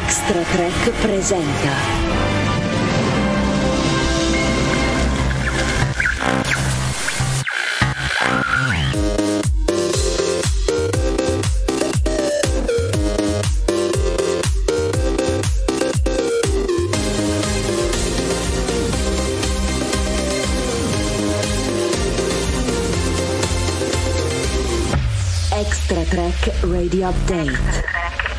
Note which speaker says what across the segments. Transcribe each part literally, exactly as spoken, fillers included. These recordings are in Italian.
Speaker 1: Extra Trek presenta Extra Trek Radio Update.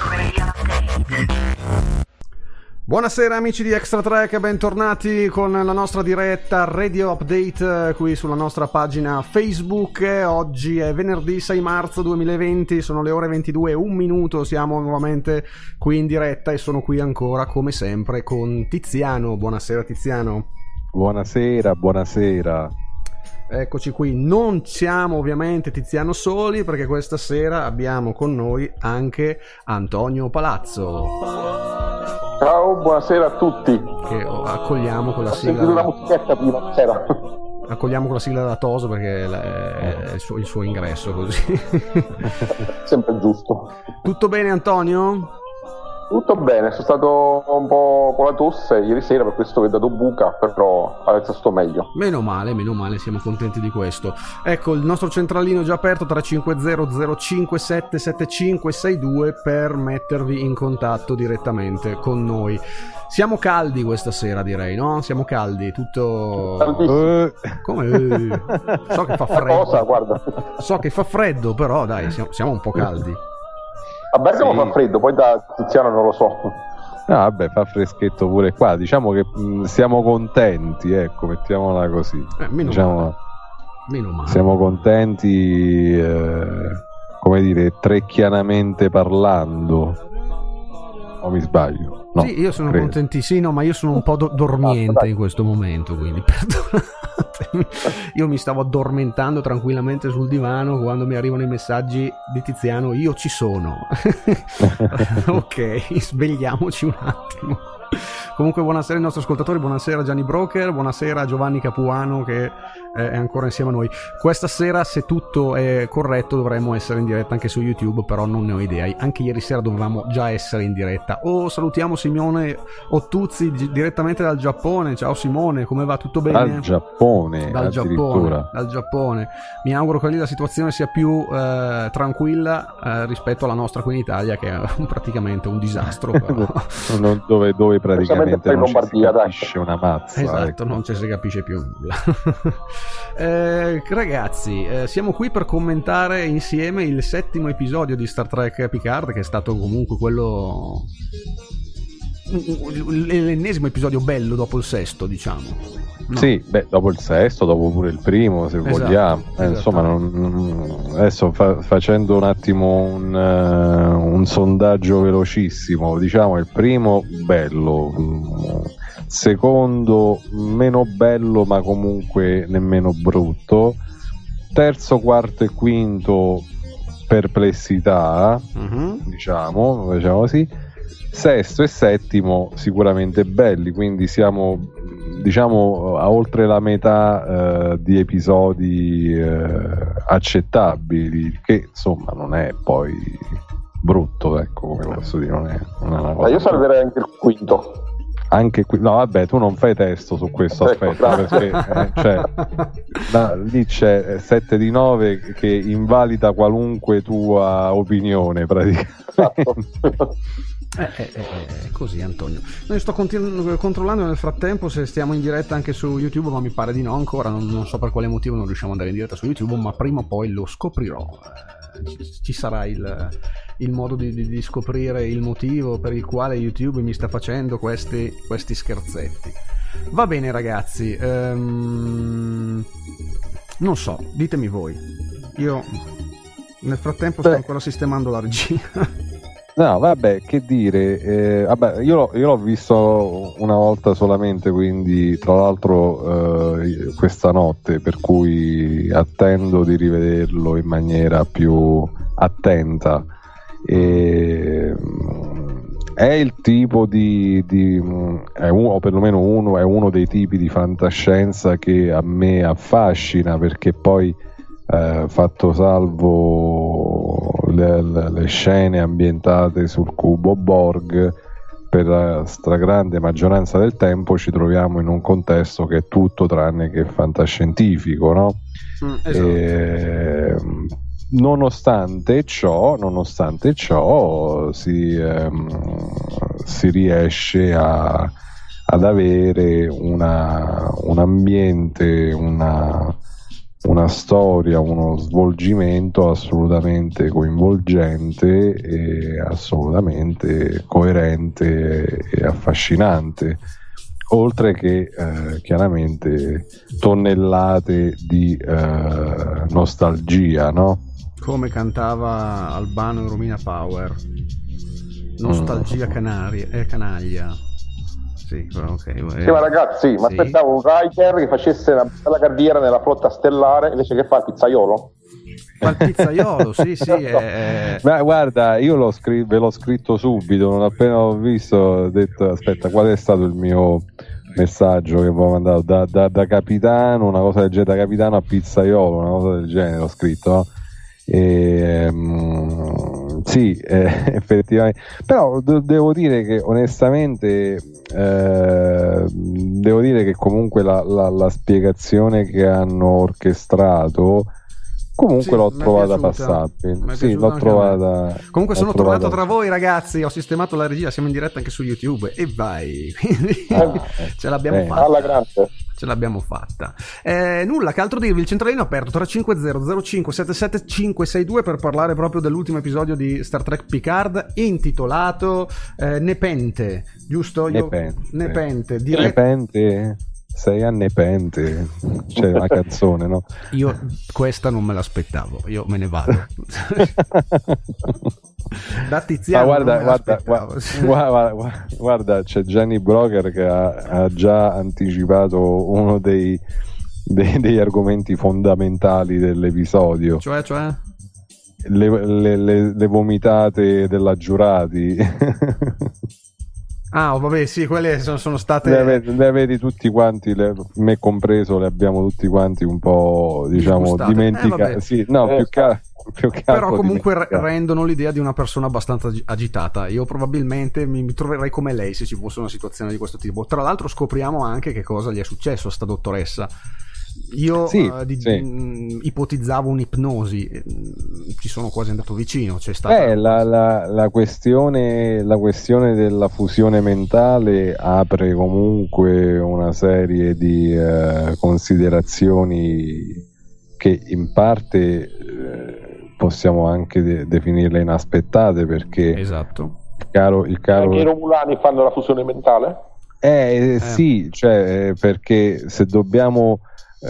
Speaker 2: Buonasera amici di Extra Trek, bentornati con la nostra diretta Radio Update qui sulla nostra pagina Facebook. Oggi è venerdì sei marzo duemilaventi, sono le ore ventidue e un minuto, siamo nuovamente qui in diretta e sono qui ancora come sempre con Tiziano. Buonasera Tiziano.
Speaker 3: Buonasera, buonasera.
Speaker 2: Eccoci qui, non siamo ovviamente Tiziano soli perché questa sera abbiamo con noi anche Antonio Palazzo.
Speaker 4: Ciao, buonasera a tutti.
Speaker 2: Che accogliamo con la
Speaker 4: Ho
Speaker 2: sigla.
Speaker 4: sentito una musichetta prima sera.
Speaker 2: Accogliamo con la sigla da Toso perché è il suo, il suo ingresso così.
Speaker 4: Sempre giusto.
Speaker 2: Tutto bene Antonio?
Speaker 4: Tutto bene, sono stato un po' con la tosse ieri sera, per questo che ho dato buca, però adesso sto meglio.
Speaker 2: Meno male, meno male, siamo contenti di questo. Ecco, il nostro centralino è già aperto, tre cinque zero zero cinque sette sette cinque sei due, per mettervi in contatto direttamente con noi. Siamo caldi questa sera, direi, no? Siamo caldi, tutto...
Speaker 4: Caldissimo.
Speaker 2: Come? Eh, so che fa freddo.
Speaker 4: Cosa, guarda.
Speaker 2: So che fa freddo, però dai, siamo, siamo un po' caldi.
Speaker 4: A Bergamo
Speaker 3: Sì.
Speaker 4: fa freddo, poi da Tiziano non lo so.
Speaker 3: No, vabbè, fa freschetto pure qua. Diciamo che mh, siamo contenti, ecco, mettiamola così.
Speaker 2: Eh, meno
Speaker 3: diciamo,
Speaker 2: male. Meno male.
Speaker 3: siamo contenti, eh, come dire, trecchianamente parlando. O mi sbaglio? No,
Speaker 2: sì, io sono
Speaker 3: credo.
Speaker 2: contentissimo, ma io sono un po' do- dormiente in questo momento, quindi perdonatemi. Io mi stavo addormentando tranquillamente sul divano quando mi arrivano i messaggi di Tiziano, io ci sono. Ok, svegliamoci un attimo. Comunque buonasera ai nostri ascoltatori, buonasera Gianni Broker, buonasera Giovanni Capuano che è ancora insieme a noi. Questa sera, se tutto è corretto, dovremmo essere in diretta anche su YouTube, però non ne ho idea. Anche ieri sera dovevamo già essere in diretta. Oh, salutiamo Simone Ottuzzi gi- direttamente dal Giappone. Ciao Simone, come va? Tutto bene?
Speaker 3: Dal Giappone,
Speaker 2: Dal Giappone,
Speaker 3: addirittura.
Speaker 2: dal Giappone. Mi auguro che lì la situazione sia più eh, tranquilla eh, rispetto alla nostra qui in Italia, che è praticamente un disastro. Però.
Speaker 3: Non- dove, dove praticamente
Speaker 4: Specialmente
Speaker 3: non ci si
Speaker 4: Lombardia, dai.
Speaker 3: capisce una mazza.
Speaker 2: Esatto,
Speaker 3: ecco.
Speaker 2: non ci si capisce più nulla. eh, ragazzi, eh, siamo qui per commentare insieme il settimo episodio di Star Trek Picard, che è stato comunque quello... l'ennesimo episodio bello dopo il sesto, diciamo. No.
Speaker 3: Sì, beh, dopo il sesto, dopo pure il primo, se
Speaker 2: Esatto,
Speaker 3: vogliamo. Eh, insomma, non- non- adesso fa- facendo un attimo un, eh, un sondaggio velocissimo, diciamo il primo bello, mm, secondo meno bello, ma comunque nemmeno brutto, terzo, quarto e quinto perplessità,
Speaker 2: Mhm.
Speaker 3: diciamo, diciamo così. Sesto e settimo sicuramente belli, quindi siamo diciamo a oltre la metà eh, di episodi eh, accettabili, che insomma non è poi brutto, ecco, come posso dire, non è, non è una
Speaker 4: Ma
Speaker 3: cosa.
Speaker 4: io salverei anche il quinto.
Speaker 3: Anche qui, no, vabbè, tu non fai testo su questo
Speaker 4: Ecco,
Speaker 3: aspetto,
Speaker 4: grazie.
Speaker 3: perché eh, cioè, da- lì c'è sette di nove che invalida qualunque tua opinione praticamente.
Speaker 4: Esatto.
Speaker 2: Eh, eh, eh, è così Antonio. Noi sto continu- controllando nel frattempo se stiamo in diretta anche su YouTube, ma mi pare di no ancora, non, non so per quale motivo non riusciamo ad andare in diretta su YouTube, ma prima o poi lo scoprirò. Eh, ci, ci sarà il, il modo di, di, di scoprire il motivo per il quale YouTube mi sta facendo questi, questi scherzetti. Va bene ragazzi, ehm, non so, ditemi voi. Io nel frattempo sto
Speaker 3: Beh.
Speaker 2: ancora sistemando la regia.
Speaker 3: No, vabbè, che dire, eh, vabbè, io, l'ho, io l'ho visto una volta solamente, quindi tra l'altro eh, questa notte, per cui attendo di rivederlo in maniera più attenta. E, mm, è il tipo di, di è un, o perlomeno uno, è uno dei tipi di fantascienza che a me affascina, perché poi eh, fatto salvo le, le, le scene ambientate sul cubo Borg, per la stragrande maggioranza del tempo ci troviamo in un contesto che è tutto tranne che fantascientifico, no?
Speaker 2: Mm, esatto.
Speaker 3: E, nonostante ciò, nonostante ciò si, ehm, si riesce a, ad avere una, un ambiente, una, una storia, uno svolgimento assolutamente coinvolgente e assolutamente coerente e affascinante, oltre che eh, chiaramente tonnellate di eh, nostalgia, no?
Speaker 2: Come cantava Albano e Romina Power, nostalgia
Speaker 3: Mm.
Speaker 2: canaria, eh, canaglia. Sì, però ok. eh,
Speaker 4: Sì, ma ragazzi, mi
Speaker 2: sì.
Speaker 4: aspettavo un writer che facesse una bella carriera nella flotta stellare, invece che fa il pizzaiolo.
Speaker 2: Fa il pizzaiolo, sì, sì. È...
Speaker 3: Ma guarda, io l'ho scr- ve l'ho scritto subito, non appena l'ho visto ho detto aspetta, qual è stato il mio messaggio che avevo mandato da, da, da capitano, una cosa del genere, da capitano a pizzaiolo, una cosa del genere ho scritto, no? E, um, sì, eh, effettivamente, però de- devo dire che onestamente eh, devo dire che comunque la, la, la spiegazione che hanno orchestrato comunque
Speaker 2: Sì,
Speaker 3: l'ho
Speaker 2: mi è
Speaker 3: trovata
Speaker 2: piaciuta.
Speaker 3: passabile.
Speaker 2: Mi è
Speaker 3: Sì,
Speaker 2: piaciuta
Speaker 3: l'ho
Speaker 2: anche a
Speaker 3: trovata.
Speaker 2: Comunque sono
Speaker 3: l'ho trovata-
Speaker 2: tornato tra voi ragazzi, ho sistemato la regia, siamo in diretta anche su YouTube e vai, quindi
Speaker 3: Ah,
Speaker 2: ce l'abbiamo
Speaker 3: bene.
Speaker 2: fatta.
Speaker 4: Alla grande.
Speaker 2: Ce l'abbiamo fatta. Eh, nulla, che altro dirvi? Il centralino è aperto tre cinque zero zero cinque sette sette cinque sei due per parlare proprio dell'ultimo episodio di Star Trek Picard intitolato eh, Nepente, giusto? Io...
Speaker 3: Nepente.
Speaker 2: Nepente, dire-
Speaker 3: Nepente, sei a Nepente, c'è una canzone, no?
Speaker 2: Io questa non me l'aspettavo, io me ne vado. Da Tiziano
Speaker 3: Ma guarda,
Speaker 2: non me
Speaker 3: guarda,
Speaker 2: l'aspettavo.
Speaker 3: guarda, guarda, guarda, c'è Gianni Broker che ha, ha già anticipato uno dei, dei- degli argomenti fondamentali dell'episodio,
Speaker 2: Cioè, cioè?
Speaker 3: le, le- le- le vomitate della Giurati.
Speaker 2: Ah, oh, vabbè, sì, quelle sono, sono state...
Speaker 3: le, avete, le avete tutti quanti, le- me compreso, le abbiamo tutti quanti un po', diciamo,
Speaker 2: Disgustate. Eh,
Speaker 3: dimenticate.
Speaker 2: vabbè.
Speaker 3: Sì, no,
Speaker 4: Eh,
Speaker 3: più che, più che
Speaker 2: Però
Speaker 3: altro
Speaker 2: comunque re-
Speaker 3: dimenticate.
Speaker 2: rendono l'idea di una persona abbastanza agi- agitata. Io probabilmente mi, mi troverei come lei se ci fosse una situazione di questo tipo. Tra l'altro scopriamo anche che cosa gli è successo a sta dottoressa. Io
Speaker 3: Sì,
Speaker 2: eh, di-
Speaker 3: sì.
Speaker 2: mh, ipotizzavo un'ipnosi, eh, mh, ci sono quasi andato vicino. C'è stata
Speaker 3: Eh, la, la, la, questione, la questione della fusione mentale apre comunque una serie di eh, considerazioni che in parte eh, possiamo anche de- definirle inaspettate, perché
Speaker 2: Esatto.
Speaker 3: il caro, il caro
Speaker 4: Anche i Romulani fanno la fusione mentale?
Speaker 3: Eh, sì, cioè, eh, perché se dobbiamo,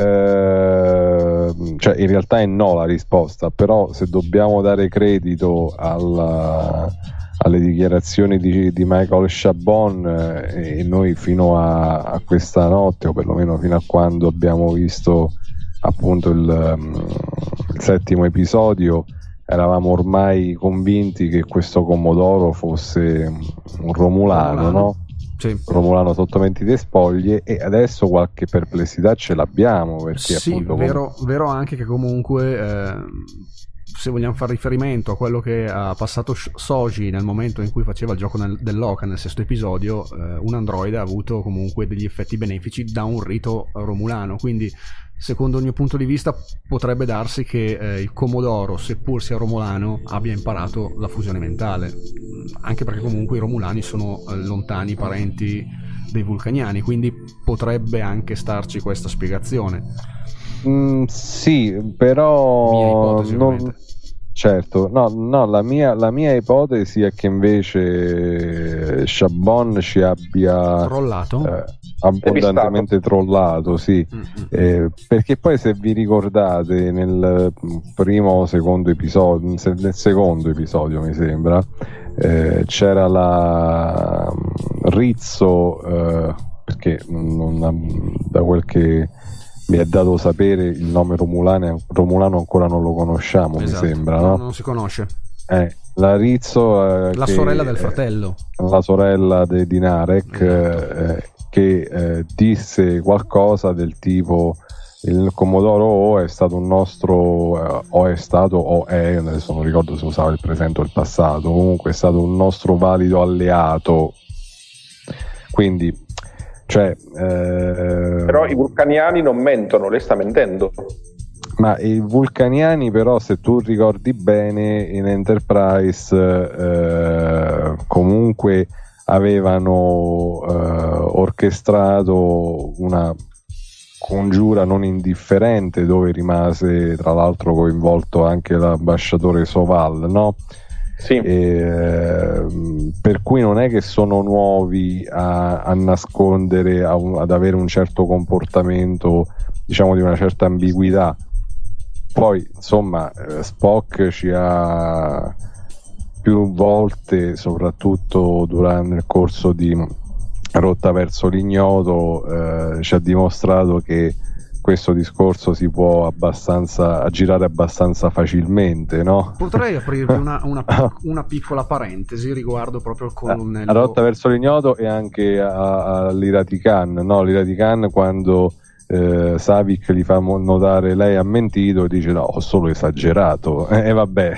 Speaker 3: eh, cioè in realtà è no la risposta, però se dobbiamo dare credito alla, alle dichiarazioni di, di Michael Chabon, eh, e noi fino a, a questa notte, o perlomeno fino a quando abbiamo visto appunto il, um, il settimo episodio, eravamo ormai convinti che questo Commodoro fosse un Romulano,
Speaker 2: Romulano.
Speaker 3: no?
Speaker 2: Sì.
Speaker 3: Romulano sotto mentite spoglie, e adesso qualche perplessità ce l'abbiamo, perché
Speaker 2: Sì,
Speaker 3: appunto
Speaker 2: vero, vero anche che comunque eh, se vogliamo fare riferimento a quello che ha passato Sh- Soji nel momento in cui faceva il gioco nel, dell'Oca nel sesto episodio, eh, un androide ha avuto comunque degli effetti benefici da un rito romulano, quindi secondo il mio punto di vista potrebbe darsi che eh, il Commodoro, seppur sia romulano, abbia imparato la fusione mentale, anche perché comunque i romulani sono eh, lontani parenti dei vulcaniani, quindi potrebbe anche starci questa spiegazione.
Speaker 3: Mm, sì,
Speaker 2: Mia
Speaker 3: però
Speaker 2: ipotesi,
Speaker 3: non-
Speaker 2: ovviamente.
Speaker 3: certo, no, no, la mia, la mia ipotesi è che invece Chabon ci abbia
Speaker 2: Crollato?
Speaker 3: eh, abbondantemente trollato, sì.
Speaker 2: Mm, mm.
Speaker 3: Eh, perché poi, se vi ricordate, nel primo o secondo episodio, se- nel secondo episodio mi sembra, eh, c'era la Rizzo, eh, perché non- da quel che mi è dato sapere il nome Romulano, Romulano ancora non lo conosciamo,
Speaker 2: Esatto.
Speaker 3: mi sembra,
Speaker 2: No,
Speaker 3: no?
Speaker 2: non si conosce.
Speaker 3: Eh, la Rizzo, eh,
Speaker 2: La
Speaker 3: che-
Speaker 2: sorella del
Speaker 3: eh,
Speaker 2: fratello.
Speaker 3: la sorella de- di Narek,
Speaker 2: Esatto.
Speaker 3: eh, che eh, disse qualcosa del tipo: il Commodoro O è stato un nostro, eh, o è stato o è, adesso non ricordo se usava il presente o il passato, comunque è stato un nostro valido alleato quindi cioè, eh...
Speaker 4: però i vulcaniani non mentono, lei sta mentendo.
Speaker 3: Ma i vulcaniani però, se tu ricordi bene, in Enterprise eh, comunque avevano eh, orchestrato una congiura non indifferente, dove rimase tra l'altro coinvolto anche l'ambasciatore Soval, no?
Speaker 4: Sì.
Speaker 3: E, per cui non è che sono nuovi a, a nascondere, a un, ad avere un certo comportamento, diciamo di una certa ambiguità. Poi insomma Spock ci ha più volte, soprattutto durante il corso di Rotta verso l'ignoto, eh, ci ha dimostrato che questo discorso si può abbastanza aggirare abbastanza facilmente, no?
Speaker 2: Potrei aprirvi una, una, una piccola parentesi riguardo proprio il colonnello.
Speaker 3: A Rotta verso l'ignoto e anche all'Iratican, no? L'Iratican, quando eh, Savick gli fa notare lei ha mentito, e dice no, ho solo esagerato, e eh, vabbè.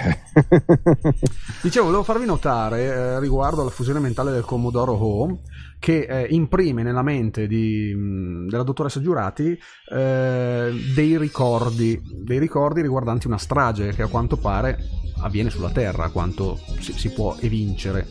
Speaker 2: Dicevo, volevo farvi notare eh, riguardo alla fusione mentale del Commodoro Ho, che eh, imprime nella mente di, mh, della dottoressa Giurati eh, dei ricordi, dei ricordi riguardanti una strage che a quanto pare avviene sulla Terra, a quanto si, si può evincere.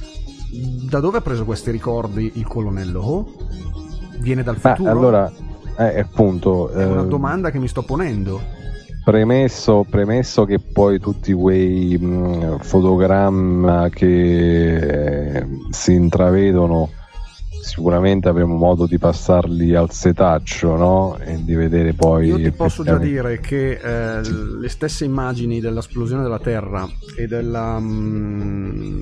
Speaker 2: Da dove ha preso questi ricordi il colonnello Ho? Viene dal futuro?
Speaker 3: Ah, allora, eh, appunto,
Speaker 2: è una
Speaker 3: eh,
Speaker 2: domanda che mi sto ponendo.
Speaker 3: Premesso, premesso che poi tutti quei mh, fotogramma che eh, si intravedono, sicuramente avremo modo di passarli al setaccio, no? E di vedere poi.
Speaker 2: Io ti posso già dire che eh, le stesse immagini dell'esplosione della Terra e della mm,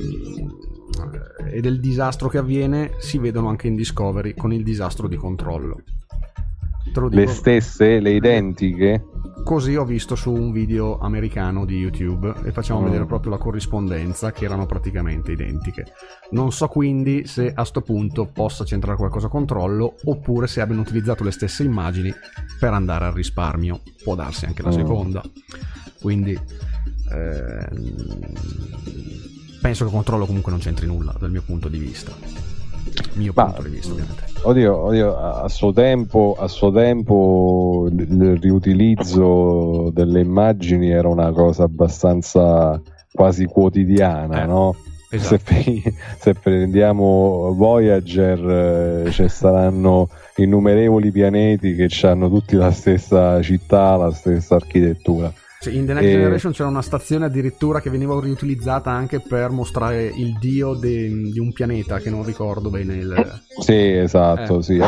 Speaker 2: e del disastro che avviene si vedono anche in Discovery con il disastro di controllo. Te lo dico,
Speaker 3: le stesse, le identiche?
Speaker 2: Così ho visto su un video americano di YouTube e facciamo
Speaker 3: mm.
Speaker 2: vedere proprio la corrispondenza, che erano praticamente identiche. Non so quindi se a sto punto possa centrare qualcosa a controllo, oppure se abbiano utilizzato le stesse immagini per andare al risparmio. Può darsi anche la
Speaker 3: mm.
Speaker 2: seconda. Quindi eh, penso che controllo comunque non c'entri nulla dal mio punto di vista. Mio
Speaker 3: Ma,
Speaker 2: punto di vista, ovviamente.
Speaker 3: Oddio, oddio, a suo tempo, a suo tempo il riutilizzo delle immagini era una cosa abbastanza quasi quotidiana,
Speaker 2: eh,
Speaker 3: no?
Speaker 2: Esatto.
Speaker 3: Se, se prendiamo Voyager, eh, ci saranno innumerevoli pianeti che hanno tutti la stessa città, la stessa architettura.
Speaker 2: Sì, in The Next
Speaker 3: e...
Speaker 2: Generation c'era una stazione addirittura che veniva riutilizzata anche per mostrare il dio de, di un pianeta che non ricordo bene il...
Speaker 3: Sì, esatto,
Speaker 2: eh.
Speaker 3: sì.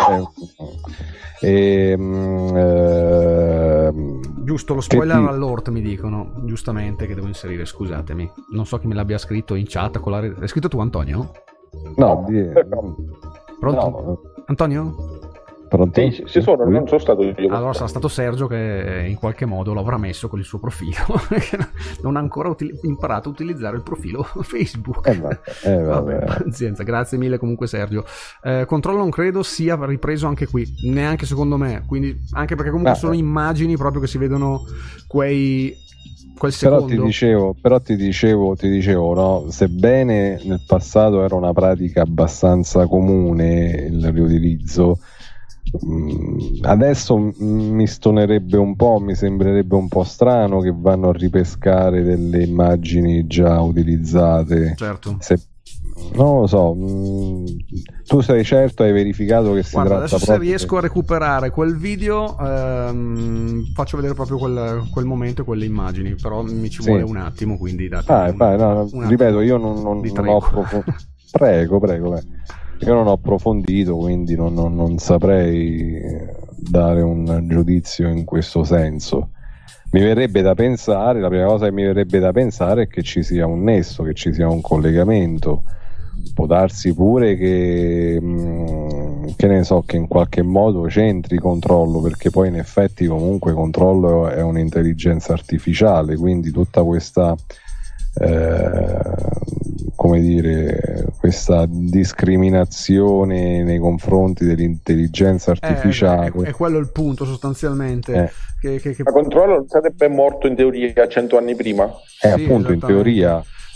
Speaker 3: E, eh,
Speaker 2: giusto, lo spoiler
Speaker 3: ti...
Speaker 2: all'ort mi dicono giustamente che devo inserire, scusatemi, non so chi me l'abbia scritto in chat con la... Hai scritto tu, Antonio?
Speaker 3: No, di...
Speaker 2: Pronto?
Speaker 3: No.
Speaker 2: Antonio?
Speaker 3: Pronto?
Speaker 4: Sì, ci sono, non sono stato io.
Speaker 2: Allora sarà stato Sergio che in qualche modo lo avrà messo con il suo profilo. Non ha ancora util- imparato a utilizzare il profilo Facebook.
Speaker 3: Eh, vabbè, eh, vabbè.
Speaker 2: Vabbè, pazienza, grazie mille comunque Sergio. Eh, controllo non credo sia ripreso anche qui, neanche secondo me, quindi anche perché comunque ah, sono immagini proprio che si vedono quei... quel secondo.
Speaker 3: Però ti dicevo, però ti dicevo, ti dicevo, no? Sebbene nel passato era una pratica abbastanza comune il riutilizzo, adesso mi stonerebbe un po', mi sembrerebbe un po' strano che vanno a ripescare delle immagini già utilizzate.
Speaker 2: Certo.
Speaker 3: Se, non lo so, tu sei certo, hai verificato che si
Speaker 2: Guarda,
Speaker 3: tratta
Speaker 2: adesso
Speaker 3: proprio
Speaker 2: se riesco a recuperare quel video ehm, faccio vedere proprio quel, quel momento e quelle immagini, però mi ci
Speaker 3: sì.
Speaker 2: vuole un attimo, quindi date
Speaker 3: ah,
Speaker 2: un,
Speaker 3: vai, no,
Speaker 2: un
Speaker 3: ripeto, io non, non, non ho approfondito. prego, prego, prego. Io non ho approfondito, quindi non, non, non saprei dare un giudizio in questo senso. Mi verrebbe da pensare, la prima cosa che mi verrebbe da pensare è che ci sia un nesso, che ci sia un collegamento. Può darsi pure che, mh, che ne so, che in qualche modo c'entri controllo, perché poi in effetti comunque controllo è un'intelligenza artificiale, quindi tutta questa... Eh, come dire, questa discriminazione nei confronti dell'intelligenza artificiale.
Speaker 2: Eh, è, è quello il punto sostanzialmente.
Speaker 3: Eh.
Speaker 2: Che, che, che...
Speaker 4: Ma Controllo non sarebbe morto in teoria cento anni prima?
Speaker 3: Eh, sì, appunto, in teoria,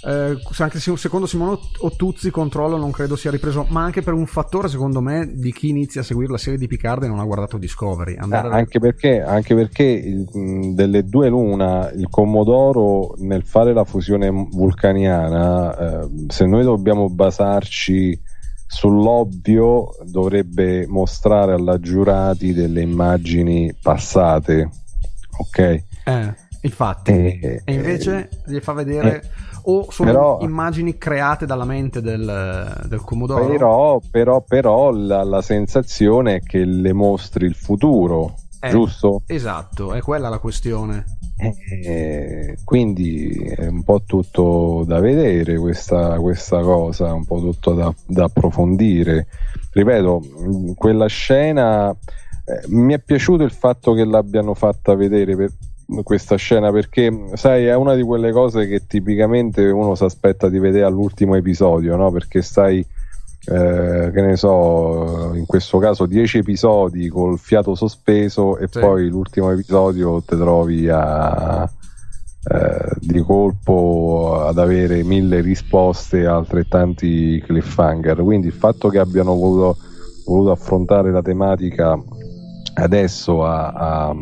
Speaker 2: eh, anche se secondo Simone Ottuzzi Controllo non credo sia ripreso, ma anche per un fattore secondo me di chi inizia a seguire la serie di Picard e non ha guardato Discovery.
Speaker 3: Ah, anche perché, anche perché il, delle due l'una, il Commodoro nel fare la fusione vulcaniana, eh, se noi dobbiamo basarci sull'ovvio, dovrebbe mostrare alla giurati delle immagini passate, ok?
Speaker 2: Eh, infatti,
Speaker 3: e,
Speaker 2: e invece gli fa vedere eh, o sono però, immagini create dalla mente del, del Commodoro.
Speaker 3: Però, però, però la, la sensazione è che le mostri il futuro, eh, giusto?
Speaker 2: Esatto, è quella la questione.
Speaker 3: Eh, quindi è un po' tutto da vedere questa, questa cosa, un po' tutto da, da approfondire. Ripeto, quella scena eh, mi è piaciuto il fatto che l'abbiano fatta vedere per questa scena, perché sai, è una di quelle cose che tipicamente uno si aspetta di vedere all'ultimo episodio, no? Perché stai eh, che ne so, in questo caso dieci episodi col fiato sospeso e sì. Poi l'ultimo episodio te trovi a eh, di colpo ad avere mille risposte e altrettanti cliffhanger. Quindi il fatto che abbiano voluto, voluto affrontare la tematica adesso a, a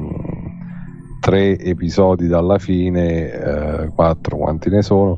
Speaker 3: tre episodi dalla fine, eh, quattro quanti ne sono,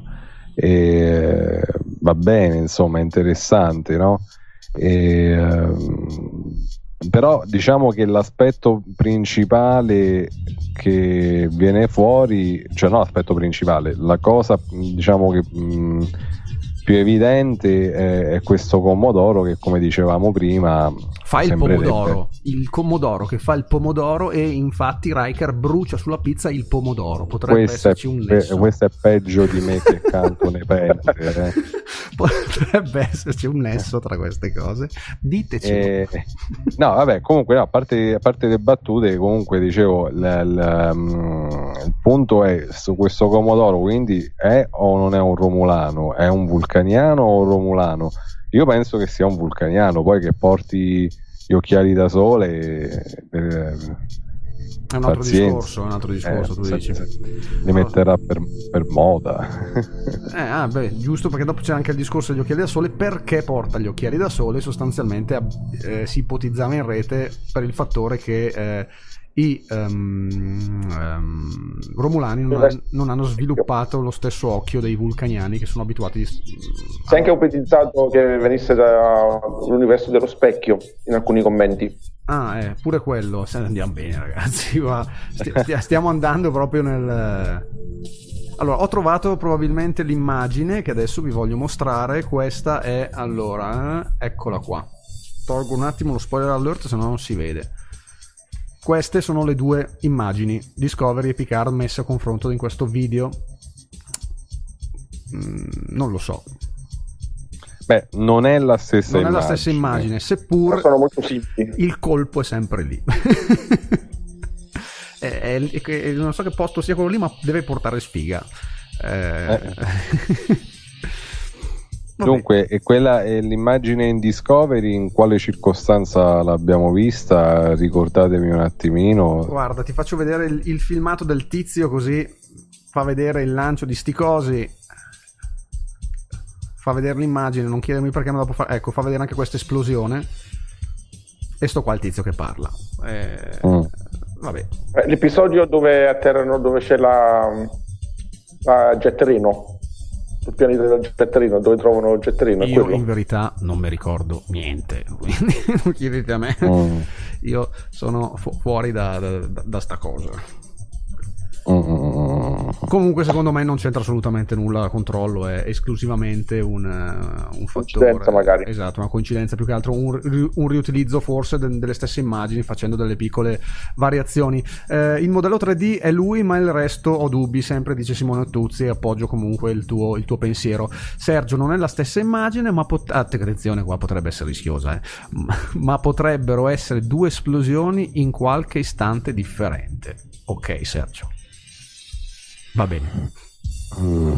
Speaker 3: e va bene, insomma, è interessante, no? E, ehm, però diciamo che l'aspetto principale che viene fuori, cioè no, l'aspetto principale, la cosa diciamo che mh, più evidente è, è questo Commodoro che, come dicevamo prima,
Speaker 2: fa il pomodoro, il Commodoro che fa il pomodoro, e infatti Riker brucia sulla pizza il pomodoro. Potrebbe
Speaker 3: questo
Speaker 2: esserci
Speaker 3: è,
Speaker 2: un nesso.
Speaker 3: Questo è peggio di me che canto ne perde. Eh.
Speaker 2: Potrebbe esserci un nesso tra queste cose. Diteci.
Speaker 3: Eh, no, vabbè, comunque no, a parte, a parte le battute, comunque dicevo, l, l, um, il punto è su questo Commodoro, quindi è o non è un romulano? È un vulcaniano o un romulano? Io penso che sia un vulcaniano, poi che porti gli occhiali da sole per,
Speaker 2: è un altro pazienza. discorso, è un altro discorso, eh, tu se, dici. Se,
Speaker 3: li metterà per, per moda.
Speaker 2: Eh, ah, beh, giusto, perché dopo c'è anche il discorso degli occhiali da sole. Perché porta gli occhiali da sole? Sostanzialmente eh, si ipotizzava in rete per il fattore che eh, i um, um, Romulani non, ha, non hanno sviluppato lo stesso occhio dei vulcaniani, che sono abituati.
Speaker 4: Si è anche ipotizzato che venisse dall'universo dello specchio in alcuni commenti.
Speaker 2: Ah, eh, pure quello. Andiamo bene, ragazzi. Ma st- stiamo andando proprio nel. Allora, ho trovato probabilmente l'immagine che adesso vi voglio mostrare. Questa è, allora, eh, eccola qua. Tolgo un attimo lo spoiler alert, se no non si vede. Queste sono le due immagini, Discovery e Picard, messe a confronto in questo video. Mm, non lo so.
Speaker 3: Beh, non è la stessa
Speaker 2: non
Speaker 3: immagine.
Speaker 2: Non è la stessa immagine, seppur
Speaker 4: sono molto simili.
Speaker 2: Il colpo è sempre lì. è, è, è, non so che posto sia quello lì, ma deve portare sfiga. Eh... eh.
Speaker 3: Dunque, e quella è l'immagine in Discovery, in quale circostanza l'abbiamo vista? Ricordatemi un attimino.
Speaker 2: Guarda, ti faccio vedere il, il filmato del tizio, così fa vedere il lancio di sti cosi, fa vedere l'immagine, non chiedermi perché, ma dopo fa, ecco, fa vedere anche questa esplosione, e sto qua il tizio che parla. Eh, mm. Vabbè.
Speaker 4: L'episodio dove atterrano, dove c'è la, la jetterino, sul pianeta del jetterino, dove trovano il jetterino.
Speaker 2: Io in verità non mi ricordo niente, quindi non chiedete a me. Mm. Io sono fu- fuori da, da, da, da sta cosa.
Speaker 3: Mm.
Speaker 2: Comunque secondo me non c'entra assolutamente nulla, controllo, è esclusivamente un, uh, un fattore,
Speaker 4: magari.
Speaker 2: Esatto, una coincidenza, più che altro un, un riutilizzo forse de- delle stesse immagini, facendo delle piccole variazioni. Eh, il modello tre D è lui, ma il resto ho dubbi, sempre dice Simone Ottuzzi, e appoggio comunque il tuo, il tuo pensiero. Sergio, non è la stessa immagine, ma pot- attenzione, qua potrebbe essere rischiosa, eh. ma potrebbero essere due esplosioni in qualche istante differente. Ok, Sergio, va bene.
Speaker 3: Mm.